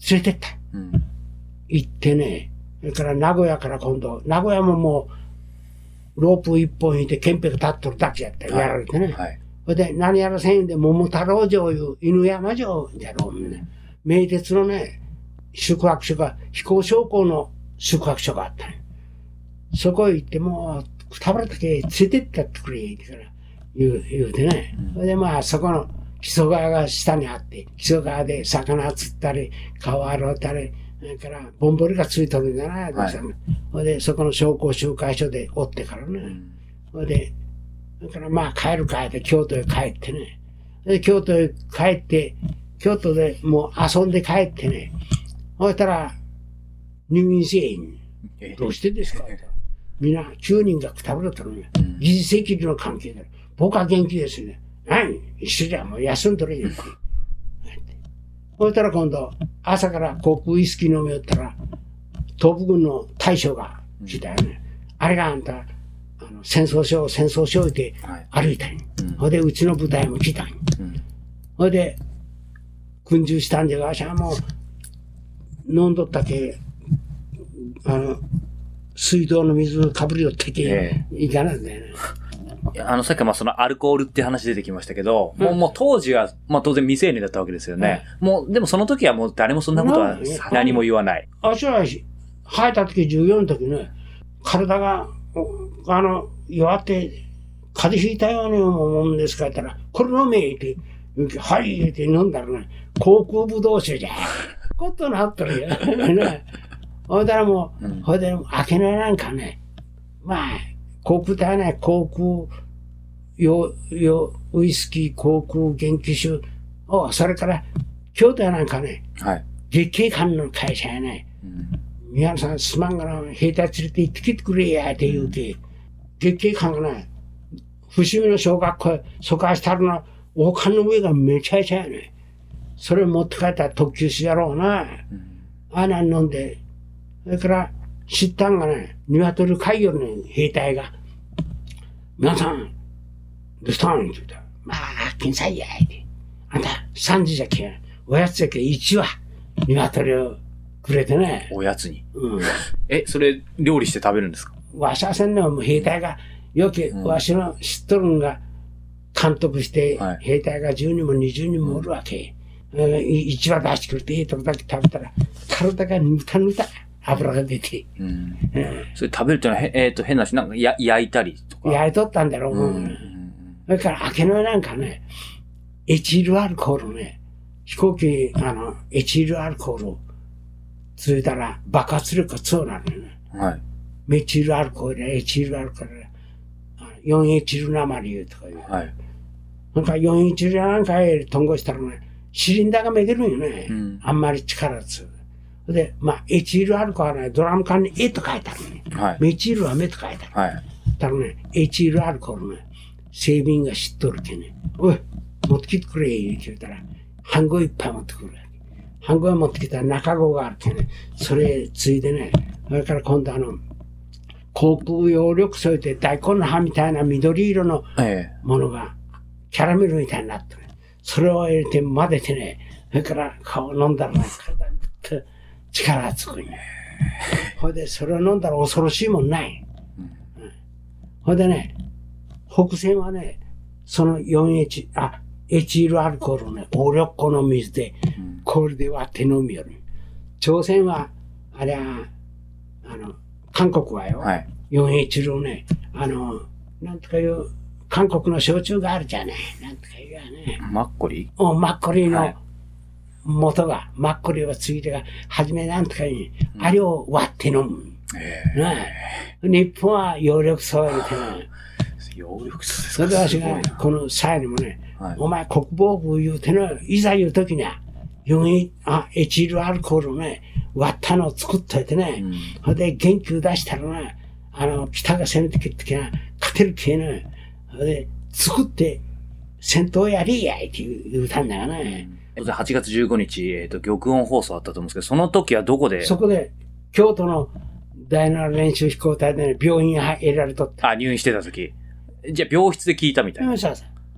連れてった。うん、行ってね、それから名古屋から今度、名古屋ももう、ロープ一本引いて、憲兵が立っとるだけやったらやられてね。はいはい、それで、何やらせんで、桃太郎城いう、犬山城やろう、ね。名鉄のね、宿泊所が、飛行将校の宿泊所があったね。そこへ行って、もう、くたばらだけ連れてってやってくれ、言うから、言う、言うてね。それでまあ、そこの木曽川が下にあって、木曽川で魚釣ったり、川洗ったり、それから、ぼんぼりがついとるんじゃない、はい、それで、そこの商工集会所でおってからね。それで、それからまあ、帰る帰って、京都へ帰ってね。で、京都へ帰って、京都でもう遊んで帰ってね。そしたら、入院せえへん。どうしてですかみんなきゅうにんがくたぶれたのね。疑似責任の関係で。僕は元気ですね。何一緒じゃもう休んどれよ。そしたら今度、朝から航空ウイスキー飲みよったら、東部軍の大将が来たよね。あれがあんた、あの戦争しよう、戦争しようって歩いたんよ。ほ、はい、で、うちの部隊も来たんよ。ほ、うん、で、訓従したんで、わしはもう、飲んどったけ、あの、水道の水かぶりをってけ、いかなんだよね。 あの、さっきまあそのアルコールって話出てきましたけど、うん、もう、もう当時は、まあ当然未成年だったわけですよね。うん、もう、でもその時はもう誰もそんなことは何も言わない。 あしは、生えた時じゅうよんの時ね、体が、あの、弱って、風邪ひいたように思うもんですかって言ったら、これ飲めって、はい、って飲んだらね、航空ブドウ酒じゃ。ことなっとるよ。ね。ほいだらもう、うん、ほいで、明けないなんかね、まあ、航空隊ね、航空、よ、よ、ウイスキー、航空、元気酒、お、それから、京都やなんかね、はい、月経館の会社やね、うん、宮野さんすまんがな、兵隊連れて行ってきてくれや、って言うて、うん、月経館がね、伏見の小学校へ疎開したるの、王冠の上がめちゃめちゃやね。それ持って帰ったら特急しやろうな。うん、あなん飲んで、それから、知ったんがね、鶏飼いよるね、兵隊が。皆さん、どうしたんって言ったら、まあ、金さいや、って。あんた、さんじじゃけん、おやつじゃけん、いちわ、鶏をくれてね。 おやつに。うん。え、それ、料理して食べるんですか？ わしゃせんのは、兵隊が、よけ、うん、わしの知っとるんが、監督して、はい、兵隊がじゅうにんもにじゅうにんもおるわけ。うん、いちわ出してくれて、いいとこだけ食べたら、体がぬたぬた。油が出て。うん。うん、 それ食べるってのは、えっ、ー、と、変なし、なんか、や、焼いたりとか。 焼いとったんだろう。うん。それから、明けのなんかね、エチルアルコールね、飛行機、あの、エチルアルコールをついたら爆発力が強くなるよね。はい。メチルアルコールやエチルアルコールや、よんエチル鉛とかいう。はい。なんかよんエチルなんかへとんごしたらね、シリンダーがめげるんよね。うん。あんまり力強い。で、まあ、エチルアルコールはね、ドラム缶に絵と書いてあるね。はい。メチルは目と書いてある。はい。だからね、エチルアルコールね、整備員が知っとるってね、おい、持ってきてくれ、って言ったら、飯盒いっぱい持ってくる。飯盒持ってきたら中号があるってね、それついでね、それから今度あの、航空用緑添えて大根の葉みたいな緑色のものが、キャラメルみたいになってる。それを入れて混ぜてね、それから顔飲んだらね、体にグッと力がつくんや。ほいで、それを飲んだら恐ろしいもんない。うんうん、ほいでね、北線はね、その よんエイチ、あ、エチルアルコールをね、黄緑湖の水で、氷で割って飲みよる。朝鮮は、あれは、あの、韓国はよ、はい、よんエイチルをね、あの、なんとかいう、韓国の焼酎があるじゃねえ。なんとかいうやね。 マッコリおマッコリの元が、はい、マッコリをついてが、はじめなんとかいう、うん、あれを割って飲む。えーね、日本は葉緑素を入れてね。 葉緑素ですか？ それで私が、この際にもね、はい、お前国防部言うての、いざ言うときには、よんエチルアルコールをね、割ったのを作っといてね、それ、うん、で元気を出したらね、あの、北が攻めてきてきな、勝てる系ね、で、作って、戦闘やりやいって言うたんだよね。 うん、はちがつじゅうごにち、えっ、ー、と、玉音放送あったと思うんですけど、その時はどこで？ そこで、京都の第七練習飛行隊でね、病院に入られとった。 あ、入院してた時。じゃあ、病室で聞いたみたいな。 うん、そうそう。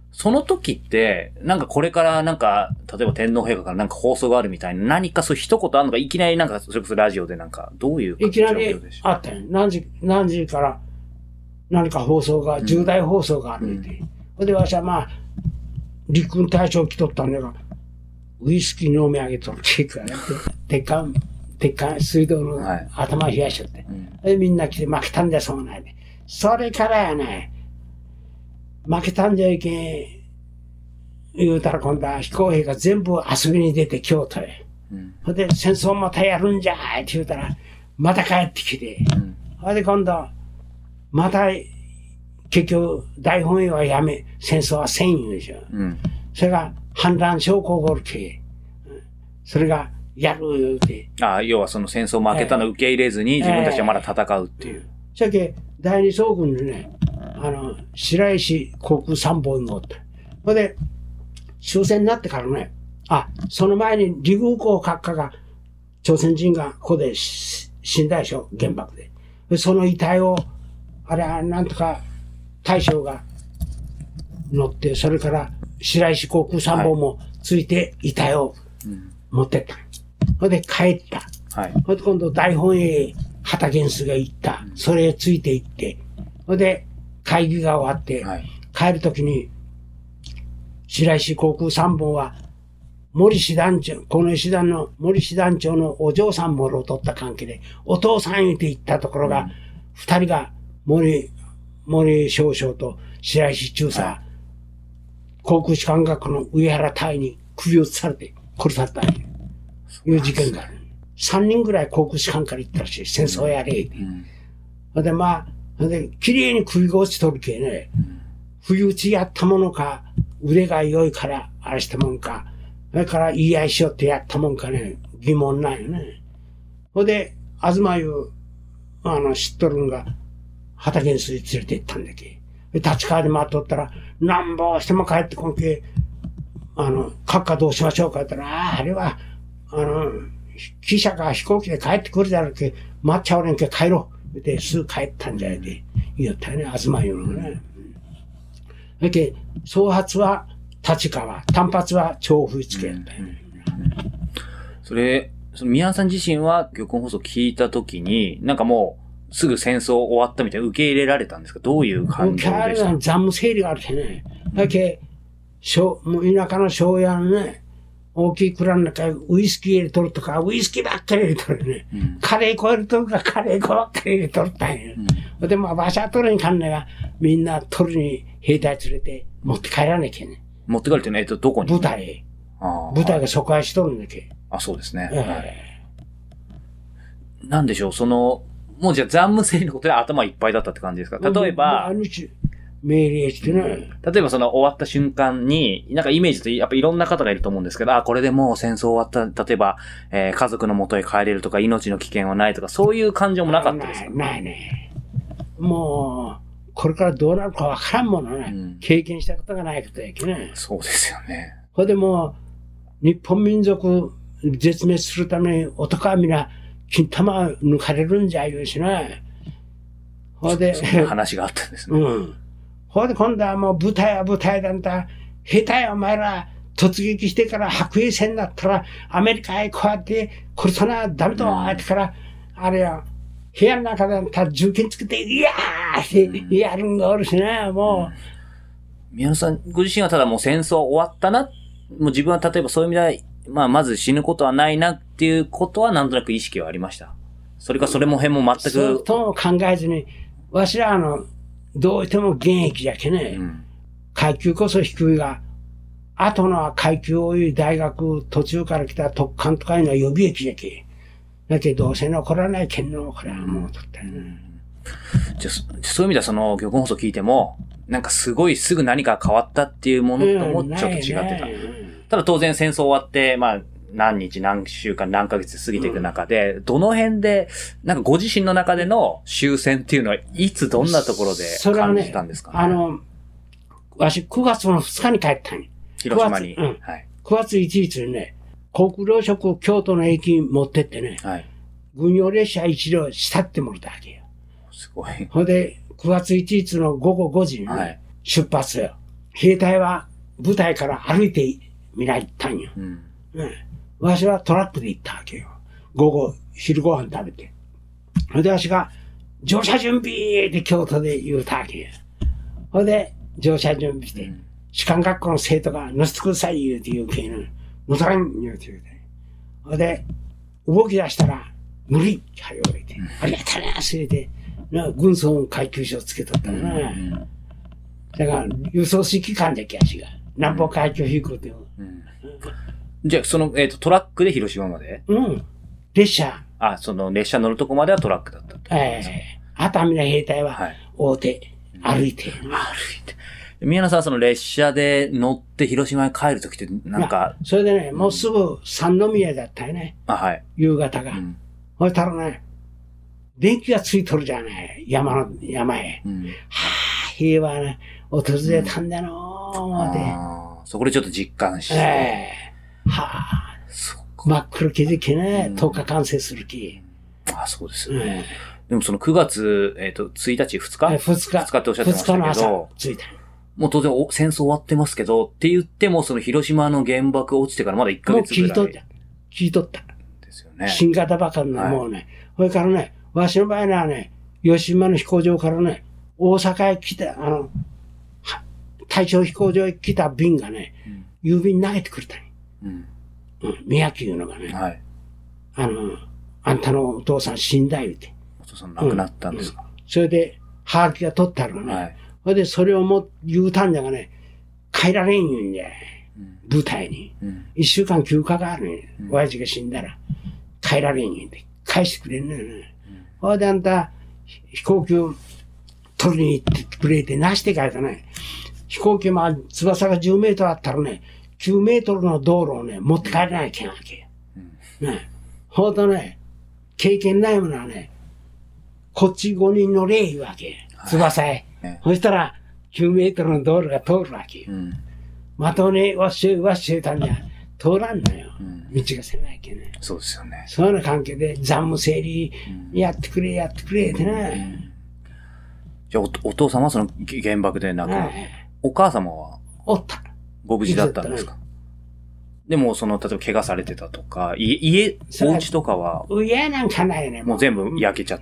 その時って、なんかこれからなんか、例えば天皇陛下からなんか放送があるみたいな、何かそう一言あるのか、いきなりなんか、それこそラジオでなんか、どういういきなりあったよ。何時、何時から何か放送が、重大放送があるみたいな。うん、で、わしはまあ、陸軍大将来とったんだが、ウイスキー飲み上げとるっていうから、鉄管、鉄管、水道の頭冷やしちゃって。はい、で、みんな来て負けたんだそうなんで。それからやね、負けたんじゃいけん、言うたら今度は飛行兵が全部遊びに出て京都へ。うん、で、戦争またやるんじゃーって言うたら、また帰ってきて。うん、で、今度、また、結局、大本営はやめ、戦争はせん言うでしょ。うん、それが、反乱症候がおるけ。それが、やる言うて。 ああ、要はその戦争負けたの受け入れずに、自分たちはまだ戦うっていう。 そやけ、第二総軍でね、あの、白石航空さんぼん乗って。それで、終戦になってからね、あ、その前に李宮校閣下が、朝鮮人がここで死んだでしょ、原爆で。でその遺体を、あれはなんとか大将が乗って、それから白石航空さんぼんもついて遺体を持ってった。それで帰った。はい、それで今度大本営旗元帥が行った。それへついて行って、それで会議が終わって、はい、帰るときに、白石航空さんぼんは、森師団長、この師団の森師団長のお嬢さんもろを取った関係で、お父さん言って言ったところが、二、うん、人が森、森少将と白石中佐、はい、航空士官学校の上原隊に首をつされて殺されたという事件がある。三人ぐらい航空士官から言ったらしい。戦争やれ。うん、で、まあ、で、綺麗に首が落ちとるけね、うん、不意打ちやったものか、腕が良いから、あれしたもんか、それから言い合いしよってやったもんかね、疑問ないよね。ほんで、東湯、あの、知っとるんが、畑元帥連れて行ったんだけ。立川で待っとったら、なんぼしても帰ってこんけ、あの、閣下どうしましょうかって言ったら、ああ、あれは、あの、汽車か飛行機で帰ってくるだろうけ、待っちゃおれんけ帰ろう。で、すぐ帰ったんじゃないで、言ったよね、東湯のね。だけ総発は立川、単発は調布付けやったよね。 それ、その宮さん自身は玉音放送聞いたときに、なんかもうすぐ戦争終わったみたいな受け入れられたんですか？どういう感じでした？ 残務整理があるけね。だけもう田舎の庄屋のね、大きい蔵の中にウイスキー入れとるとか、ウイスキーばっかり入れとるね。うん、カレー粉入れとるからカレー粉ばっかり入れとるったんや。うん、で、まあ、場所は取るにかんねが、みんな取るに兵隊連れて持って帰らなきゃね。 持って帰るってね、えっと、どこに？ 部隊。部隊が疎開しとるんだけ。 あ、そうですね。えー、なんでしょう、その、もうじゃあ残務整理のことで頭いっぱいだったって感じですか？例えば、 命令してね。 例えばその終わった瞬間に、なんかイメージとやっぱいろんな方がいると思うんですけど、あ、これでもう戦争終わった、例えば、えー、家族の元へ帰れるとか、命の危険はないとか、そういう感情もなかったですか？ ない、ないね。もう、これからどうなるかわからんものね。うん、経験したことがないことやけね。 そうですよね。 これでもう、日本民族絶滅するために男は皆、金玉抜かれるんじゃ言うしね。 ほいで、そんな話があったんですね。 うん。ほいで今度はもう部隊は部隊だんだ。下手やお前ら突撃してから白衛戦になったらアメリカへこうやって殺さなダメとあってから、あれや、部屋の中でた銃剣つけて、いやーってやるんがおるしね、もう。宮野さん、ご自身はただもう戦争終わったな、もう自分は例えばそういう意味では、まあまず死ぬことはないなっていうことはなんとなく意識はありました。それかそれも辺も全く。 そうとも考えずに、わしらあの、どうしても現役じゃけね、うん、階級こそ低いが、後の階級多い大学途中から来た特艦とかいうのは予備役じゃけ。だけどどうせ残らないけんの、これはもうとったよね。うん、 じゃそういう意味ではその玉音放送聞いても、なんかすごいすぐ何か変わったっていうものともちょっと違ってた。うん、ただ当然戦争終わって、まあ、何日、何週間、何ヶ月過ぎていく中で、うん、どの辺で、なんかご自身の中での終戦っていうのは、いつどんなところで感じたんですかね？ それはね、あの、わしくがつのふつかに帰ったんや。 広島に。 うん。はい。くがつついたちにね、航空糧食を京都の駅に持ってってね、はい。軍用列車一両したってもらったわけよ。 すごい。 ほんで、くがつついたちのごごごじにね、はい、出発よ。 兵隊は部隊から歩いて皆行ったんよ。うん、ね、わしはトラックで行ったわけよ。午後、昼ご飯食べて。それでわしが、乗車準備って京都で言うたわけよ。それで、乗車準備して、うん、士官学校の生徒が乗せてください言うて言うけん、乗さん言うて言うて。それで、動き出したら、乗りはよ言うて、うん、ありがとうな、すれて、軍曹階級章つけとったな。うん、だから、輸送指揮官だけ足が。南方階級引くって。うんうん、 じゃあ、その、えっ、ー、と、トラックで広島まで？ うん。列車。 あ、その列車乗るとこまではトラックだったってことですか？ ええー。熱海の兵隊は、大手、はい、歩いて、 うん。歩いて。宮野さんはその列車で乗って広島に帰るときって、なんか。 それでね、もうすぐ三宮だったよね。 あ、はい。 夕方が。うん、そしたらね、電気がついとるじゃない。山の、山へ。うん、はぁ、平和ね、訪れたんだのー、思って、うん。 そこでちょっと実感して。 ええー。はぁ。そうか。真っ黒気づきね、とおか完成する気。 あ、そうですよね。でもそのくがつ、えっと、ついたち、ふつか ?ふつか。ふつかっておっしゃってましたけど。ふつかの朝、着いた。もう当然お戦争終わってますけど、って言っても、その広島の原爆落ちてからまだいっかげつぐらい。 もう聞いとった。聞いとった。ですよね。新型ばかりのもうね、はい、それからね、わしの場合はね、吉島の飛行場からね、大阪へ来た、あの、大正飛行場へ来た便がね、うん、郵便投げてくれたね。うん。うん。宮城いうのがね。はい。あの、あんたのお父さん死んだ言うて。 お父さん亡くなったんですか？ うんうん、それで、はがきが取ってあるのね。はい。それで、それをも、言うたんじゃがね、帰られん言うんじゃ。うん、舞台に。うん。一週間休暇があるね。うん、親父が死んだら、帰られん言うんで、返してくれんのよね。それであんた、飛行機を取りに行ってくれてなして帰ったね。飛行機まあ、翼がじゅうメートルあったらね、きゅうメートルの道路をね、持って帰らないといけないわけよ。うん、ね。ほんとね、経験ないものはね、こっちごにん乗れ言うわけ。翼へ。はい、そしたら、きゅうメートルの道路が通るわけよ。うん、まとね、わっしょいわっしょいたんじゃ、通らんのよ。うん、道が狭いけね。 そうですよね。 そういうような関係で、残務整理、やってくれ、やってくれ、ってね。 うん、じゃあお、お父様はその原爆で亡くなる。お母様はおった。 ご無事だったんですか？でも、その、例えば怪我されてたとか、家、家、お家とかは家なんかないね。 もう全部焼けちゃって。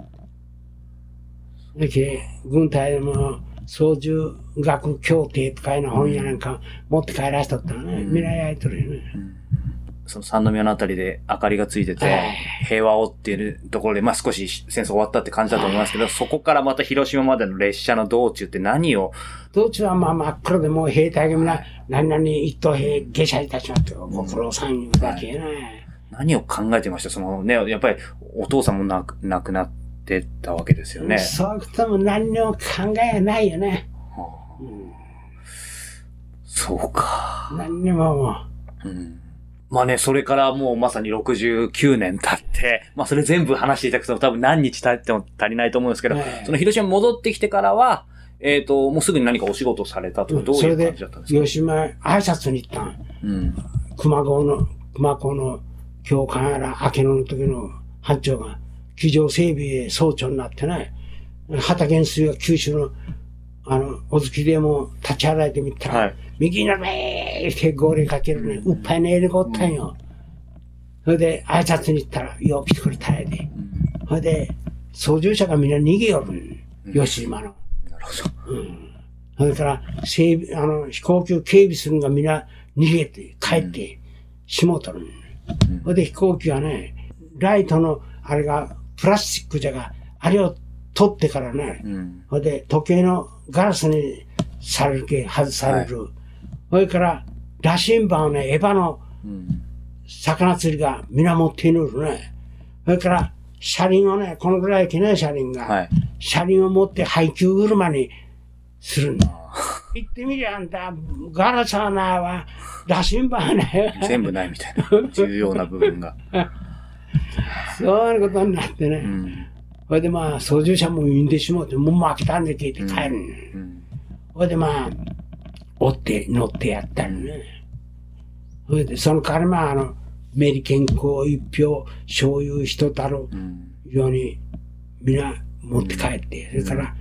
だけ軍隊の操縦学協定とかいうの本屋なんか持って帰らしとったのね。うん、未来焼いとるよね。うん、 その三宮のあたりで明かりがついてて、平和をっていうところで、まあ少し戦争終わったって感じだと思いますけど、そこからまた広島までの列車の道中って何を？ 道中はまあ真っ黒でもう兵隊がみんな、何々一等兵下車いたしまって、ご苦労さんいうだけね、はい。 何を考えてました？そのね、やっぱりお父さんも亡く、亡くなってたわけですよね。 そういうことも何にも考えないよね。はあ、うん、 そうか。 何にももう。 うんまあね、それからもうまさにろくじゅうきゅうねん経って、まあそれ全部話していただくと多分何日経っても足りないと思うんですけど、その広島に戻ってきてからは、えっと、もうすぐに何かお仕事されたとか、どういう感じだったんですか？ 広島挨拶に行ったん。うん。熊郷の、熊郷の教官やら、明野の時の班長が、机上整備総長になってね、畑原水が九州の、あの、お月でも立ち払いてみたら、はい、右になるべーって号令かけるね、うっぱいのエレがおったんよ。それで、挨拶に行ったら、よう来てくれたやで。それで、操縦者がみんな逃げよるん、吉島の。なるほど。うん。それから、整備、あの、飛行機を警備するのがみんな逃げて、帰って、しもうとるん。それで飛行機はね、ライトの、あれが、プラスチックじゃが、あれを取ってからね、うん、それで時計のガラスにされるけ、外される。はい、それから、羅針盤をね、エヴァの魚釣りが皆持っているね。それから、車輪をね、このぐらいけない車輪が、はい、車輪を持って配給車にするの。言ってみりゃあんた、ガラスはないわ、羅針盤はないわ。 全部ないみたいな、重要な部分が。 そういうことになってね。うんそれでまあ、操縦者も産んでしもうて、もう負けたんで聞いて帰る、ね。うんうん、それでまあ、追って、乗ってやったりね。それで、その代わりまあ、あの、メリケン粉一票、醤油一たるように、みんな持って帰って、それから、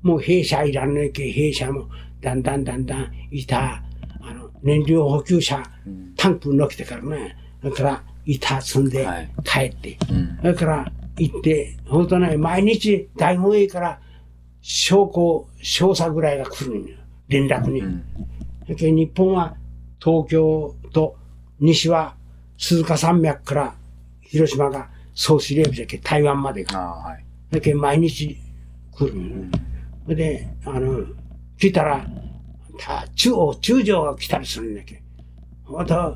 もう弊社いらんねえけ、弊社もだんだんだんだん板、あの、燃料補給車、タンク乗来てからね、だから板積んで帰って、はいうん、だから行って、ほんとね、毎日大本営から証拠、調査ぐらいが来るんよ。連絡に。うん、だけど日本は東京と西は鈴鹿山脈から広島が総司令部じゃけ台湾までが。はい、だけど毎日来るんよ。うん、で、あの、来たら、た中央、中将が来たりするんだけど。ほんと、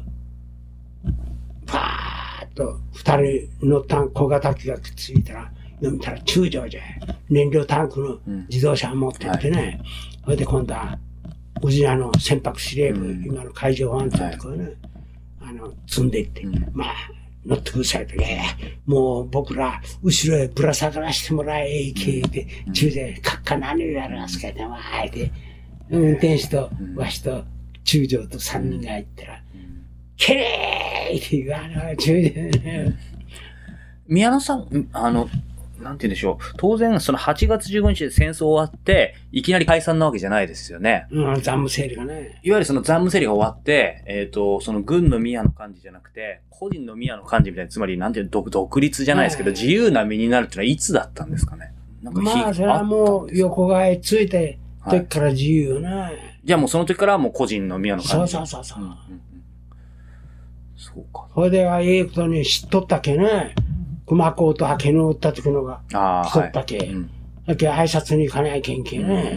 パーッと二人乗った小型機がくっついたら、読みたら中将じゃ。燃料タンクの自動車を持ってってね。それ、はい、で今度は、宇治屋の船舶司令部、うん、今の海上保安庁のところね、はい、あの、積んでいって、うん、まあ、乗ってくださいと、ね、もう僕ら、後ろへぶら下がらしてもらえ、けいて、うん、中将、かっか何をやるんすかね、わーって、運転手と、わしと、中将と三人が入ったら、けれーって言われる、中将ね。 宮野さん、あの、なんて言うんでしょう。当然、そのはちがつじゅうごにちで戦争終わって、いきなり解散なわけじゃないですよね。 うん、残務整理がね。 いわゆるその残務整理が終わって、えっ、ー、と、その軍の宮の幹事じゃなくて、個人の宮の幹事みたいな、つまり、なんていうの、独立じゃないですけど、はい、自由な身になるっていうのはいつだったんですかね。 なんかまあ、それはもう、横替えついて、時から自由よね、はい。 じゃあもうその時からはもう個人の宮の幹事。 そうそうそうそう。うんうんうん、 そうか。 それでは、ええことに知っとったけね。熊子と明けの打った時のが来とったけ。はいうん、だけ挨拶に行かないけんけね。うんうんうん、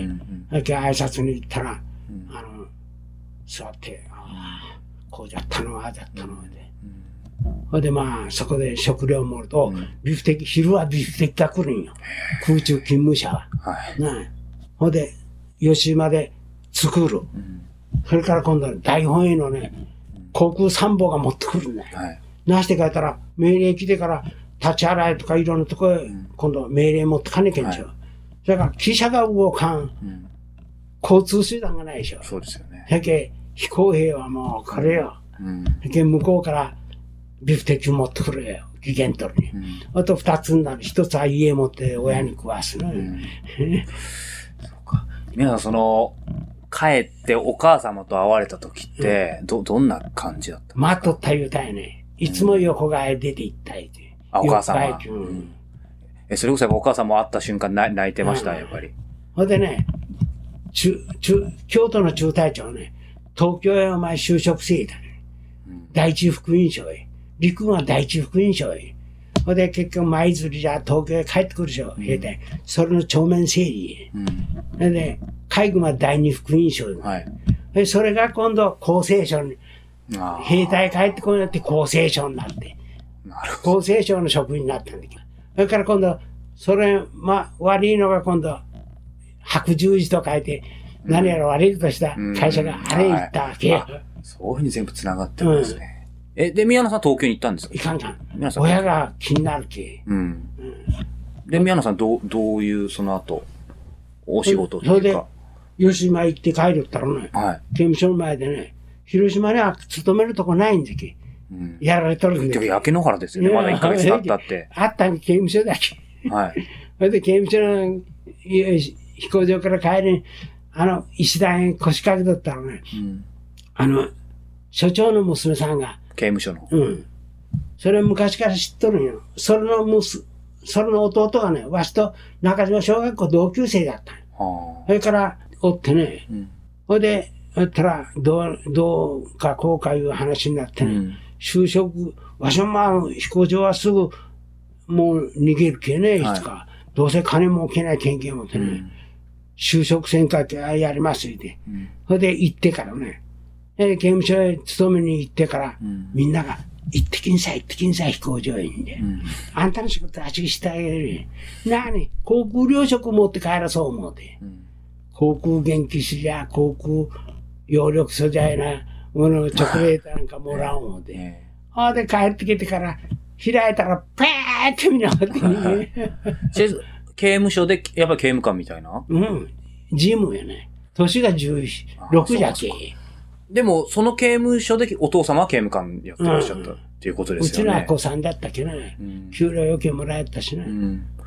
だけ挨拶に行ったら、うん、あの、座って、ああ、こうじゃったの、ああじゃったので。ほ、うん、でまあ、そこで食料もると、うん、ビフテキ、昼はビフテキが来るんよ。空中勤務者は。はい、ね、ほんで、吉島で作る。うん、それから今度は大本営のね、航空参謀が持ってくるんだよ。はい、なして書いたら、命令来てから、立ち洗いとかいろんなとこへ、今度命令持ってかねえけんちゃう。だから、汽車が動かん、うん、交通手段がないでしょ。 そうですよね。 だけ飛行兵はもうこれよ。うん、だけ向こうからビフテキ持ってくるよ。期限取りに。うん、あと二つになる。一つは家持って親に食わすね。うん、 そうか。皆さん、その、帰ってお母様と会われた時って、うん、ど、どんな感じだったんですか？ 待っとった言うたよね。いつも横替え出て行ったりて。 あ、お母さんは。うん、え、それこそやっぱお母さんも会った瞬間泣いてました、やっぱり。 ほんでね、中、中、京都の中隊長ね、東京へお前就職せえだね。うん、第一副院長へ。陸軍は第一副院長へ。ほんで結局舞鶴じゃ東京へ帰ってくるでしょ、兵隊。うん、それの帳面整理へ。うん、で、海軍は第二副院長へ。はい、でそれが今度厚生省に、兵隊帰ってこいなって厚生省になって。厚生省の職員になったんだけど。それから今度、それ、まあ、悪いのが今度、白十字と書いて、うん、何やら悪いことした会社があれ行ったわけよ、 はい。そういうふうに全部繋がってるんですね。うん、え、で、宮野さん東京に行ったんですか？ 行かんかん。親が気になるけ。うん。うん、 で、宮野さんどう、どういう、その後、お仕事っていうか。それで、 吉島行って帰るったらね、はい、刑務所の前でね、広島には勤めるとこないんだけ。うん、やられとるんで。 結局焼け野原ですよね。まだいっかげつ経ったって。 あったん刑務所だけ。はい。それで刑務所の飛行場から帰り、あの、石段へ腰掛けとったらね、うん、あの、所長の娘さんが。 刑務所の。 うん。それ昔から知っとるんよ。それの娘、それの弟がね、わしと中島小学校同級生だったん。それからおってね、うん、それで、やったら、どう、どうかこうかいう話になってね、うん、就職、わしもまあ、飛行場はすぐ、もう逃げるけね、いつか。はい、どうせ金も置けない経験を持ってね、うん、就職せんかってやりますって。うん、それで行ってからね、刑務所へ勤めに行ってから、うん、みんなが、行ってきんさい、行ってきんさい、飛行場へんで。うん、あんたの仕事はちしてあげる。なに、航空糧食持って帰らそう思うて。うん、航空元気しりゃ、航空揚力素材なもの、チョコレートなんかもらおう思うて。ほんで帰ってきてから、開いたら、ペーってみんなってね。 刑務所で、やっぱり刑務官みたいな？ うん。事務やね。年がじゅうろくじゃけ。 でも、その刑務所でお父様は刑務官やってらっしゃったっていうことですよね。 うちのは子さんだったけどね。うん、給料余計もらえたしね。うん、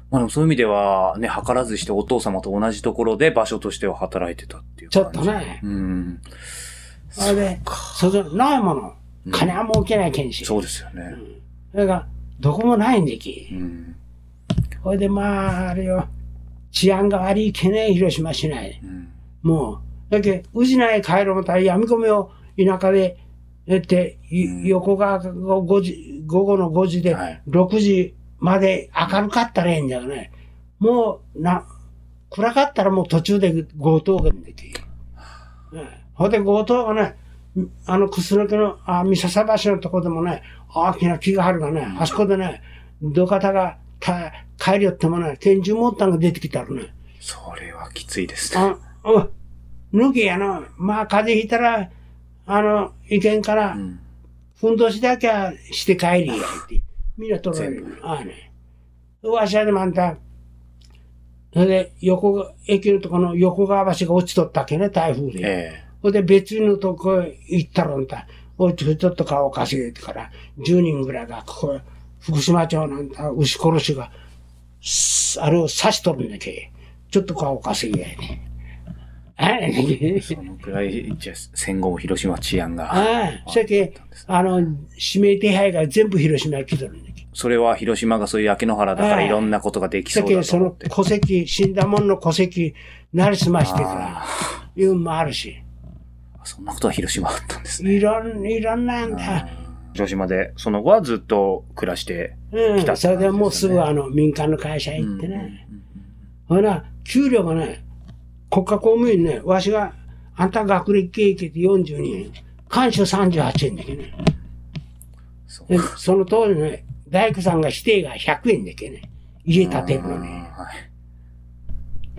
まあでもそういう意味では、ね、図らずしてお父様と同じところで場所としては働いてたっていうちょ感じ。 っとね。 うん。 それで、それないもの。金は儲けないけんし。 そうですよね。 うん。それが、どこもないんでき。うん。それでまあ、あれよ、治安が悪いけね、広島市内。うん、もう、だけど、宇品へ帰ろうと闇込みを田舎で、やって、うん、横がごじ、午後のごじで、ろくじまで明るかったらええんじゃね。もう、な、暗かったらもう途中で強盗ができる。うん、ほんで強盗がね、あの、くすのきの、あ、三笹橋のとこでもね、大きな木があるがね、あそこでね、土方がた帰りよってもね、拳銃持ったのが出てきたらね。 それはきついですね。あ、 お、抜けやな。まあ、風邪ひいたら、あの、いけんから、うん、ふんどしだけはして帰りや、って。みんな取られる。ああね。わしはでもあんた、それで、横、駅のとこの横川橋が落ちとったっけね、台風で。ええそれで別のとこへ行ったらんだ。おいちょっと顔を稼げてから、じゅうにんぐらいが、ここ、福島町なんだ、牛殺しが、あれを刺しとるんだけ。ちょっと顔を稼げやね。 そのくらい、じゃ戦後も広島治安が。 ああ、そやけ、あの、指名手配が全部広島に来とるんだけ。 それは広島がそういう焼け野原だからいろんなことができそうだと思って。 そやけ、その戸籍、死んだ者の戸籍、なりすましてから、いうのもあるし。 そんなことは広島だったんですね。 いろん、いろんなんだ。 広島で、その後はずっと暮らしてきたって、ね、 うん。それでもうすぐあの、民間の会社行ってね。ほら、給料がね、国家公務員ね、わしが、あんた学歴経験でよんじゅうにえん、監修さんじゅうはちえんだけね。そ, でその当時ね、大工さんが指定がひゃくえんだけね。家建てるのね。はい、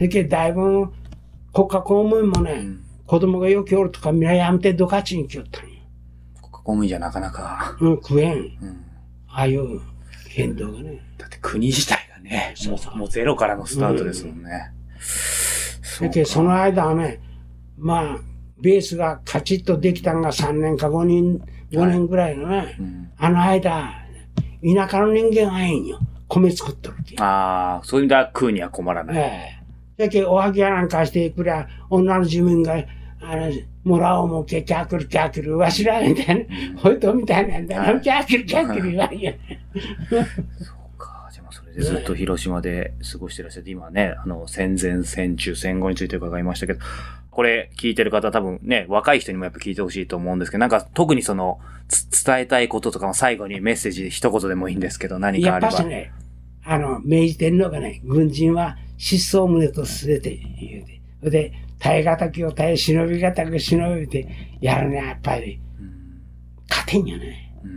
だけど、だいぶ、国家公務員もね、うん子供がよくおるとか、みんなやめてどかちに来よったんよ。 国家公務員じゃなかなか。 うん、食えん。うん。ああいう変動がね。 だって国自体がね、そうそうもうゼロからのスタートですもんね。 うん、だけどその間はね、まあ、ベースがカチッとできたんがさんねんかごねん、ごねんぐらいのね、はいうん、あの間、田舎の人間はええんよ。米作っとるって。 ああ、そういう意味では食うには困らない。ええだけど、おはぎやなんかしてくりゃ、女の住民が、あの、もらおうもけ、キャークルキャークル、わしらみたいな、ほいとみたいなんだな、キャークルキャークル言わんよ。 そうか。じゃあそれでずっと広島で過ごしてらっしゃって、今ね、あの、戦前、戦中、戦後について伺いましたけど、これ聞いてる方多分ね、若い人にもやっぱ聞いてほしいと思うんですけど、なんか特にその、伝えたいこととかも最後にメッセージ一言でもいいんですけど、何かあれば。 やっぱしね、あの、明治天皇がね、軍人は失踪胸とすべて言うて。それで、耐え難きを耐え、忍び難く忍びて、やるね、やっぱり。うん、勝てんよね、うんうん。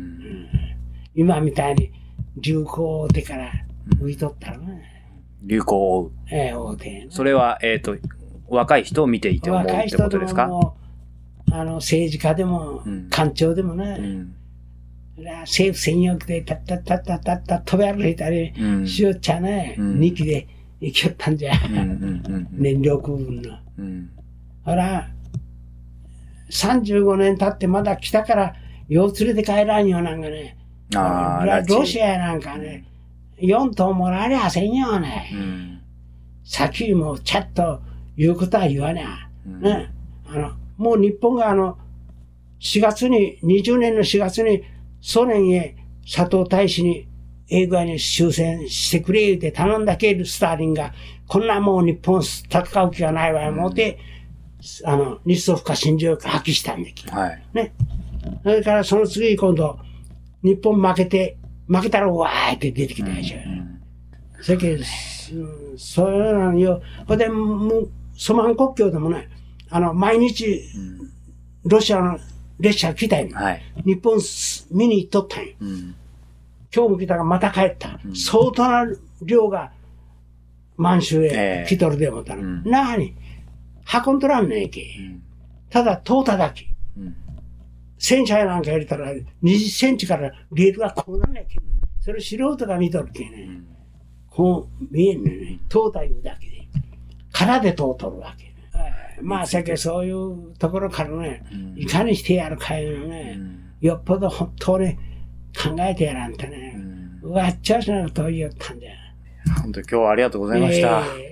今みたいに、流行を追うてから浮いとったらね。 流行を追う。 ええ、追うて、ね。 それは、えっと、若い人を見ていて思うってことですか？若い人でももう、あの、政治家でも、うん、官庁でもね、うん政府専用機でたったったったったった飛び歩いたりしよっちゃね、うん、にきで行きよったんじゃ。うんうんうん、燃料空分の。うん、ほら、さんじゅうごねん経ってまだ来たから、よう連れて帰らんよなんかね。ああロシアなんかね、よん頭もらえりゃせんよね。うん、先もちゃっと言うことは言わな、うん。ね。あの、もう日本があの、しがつに、にじゅうねんのしがつに、ソ連へ佐藤大使に英語に終戦してくれって頼んだけど、スターリンが、こんなもう日本戦う気がないわよ、思って、うん、あの、日ソ不可侵略発揮したんだけど。はい。ね。それからその次今度、日本負けて、負けたらわーって出てきたでしょ。うんうん、それけど、うん、そういうのよ。ほんで、もう、ソマン国境でもね、あの、毎日、ロシアの列車来たんよ、はい。日本見に行っとったんよ。うん、今日も来たがまた帰った。うん、相当な量が満州へ来とるで思ったら。えーうん、なに運んとらんねえけ。うん、ただ通っただけ。うん、戦車なんか入れたらにじゅっセンチからレールがこうなんねえけ。それ素人が見とるけね。うん、こう見えんねね。通ったいうだけで。空で通っとるわけ。まあ、さっきそういうところからね、うん、いかにしてやるかいうのね、うん、よっぽど本当に考えてやらんとね、うん、わっちゃうしなことを言ったんだよ。 本当に今日はありがとうございました。えー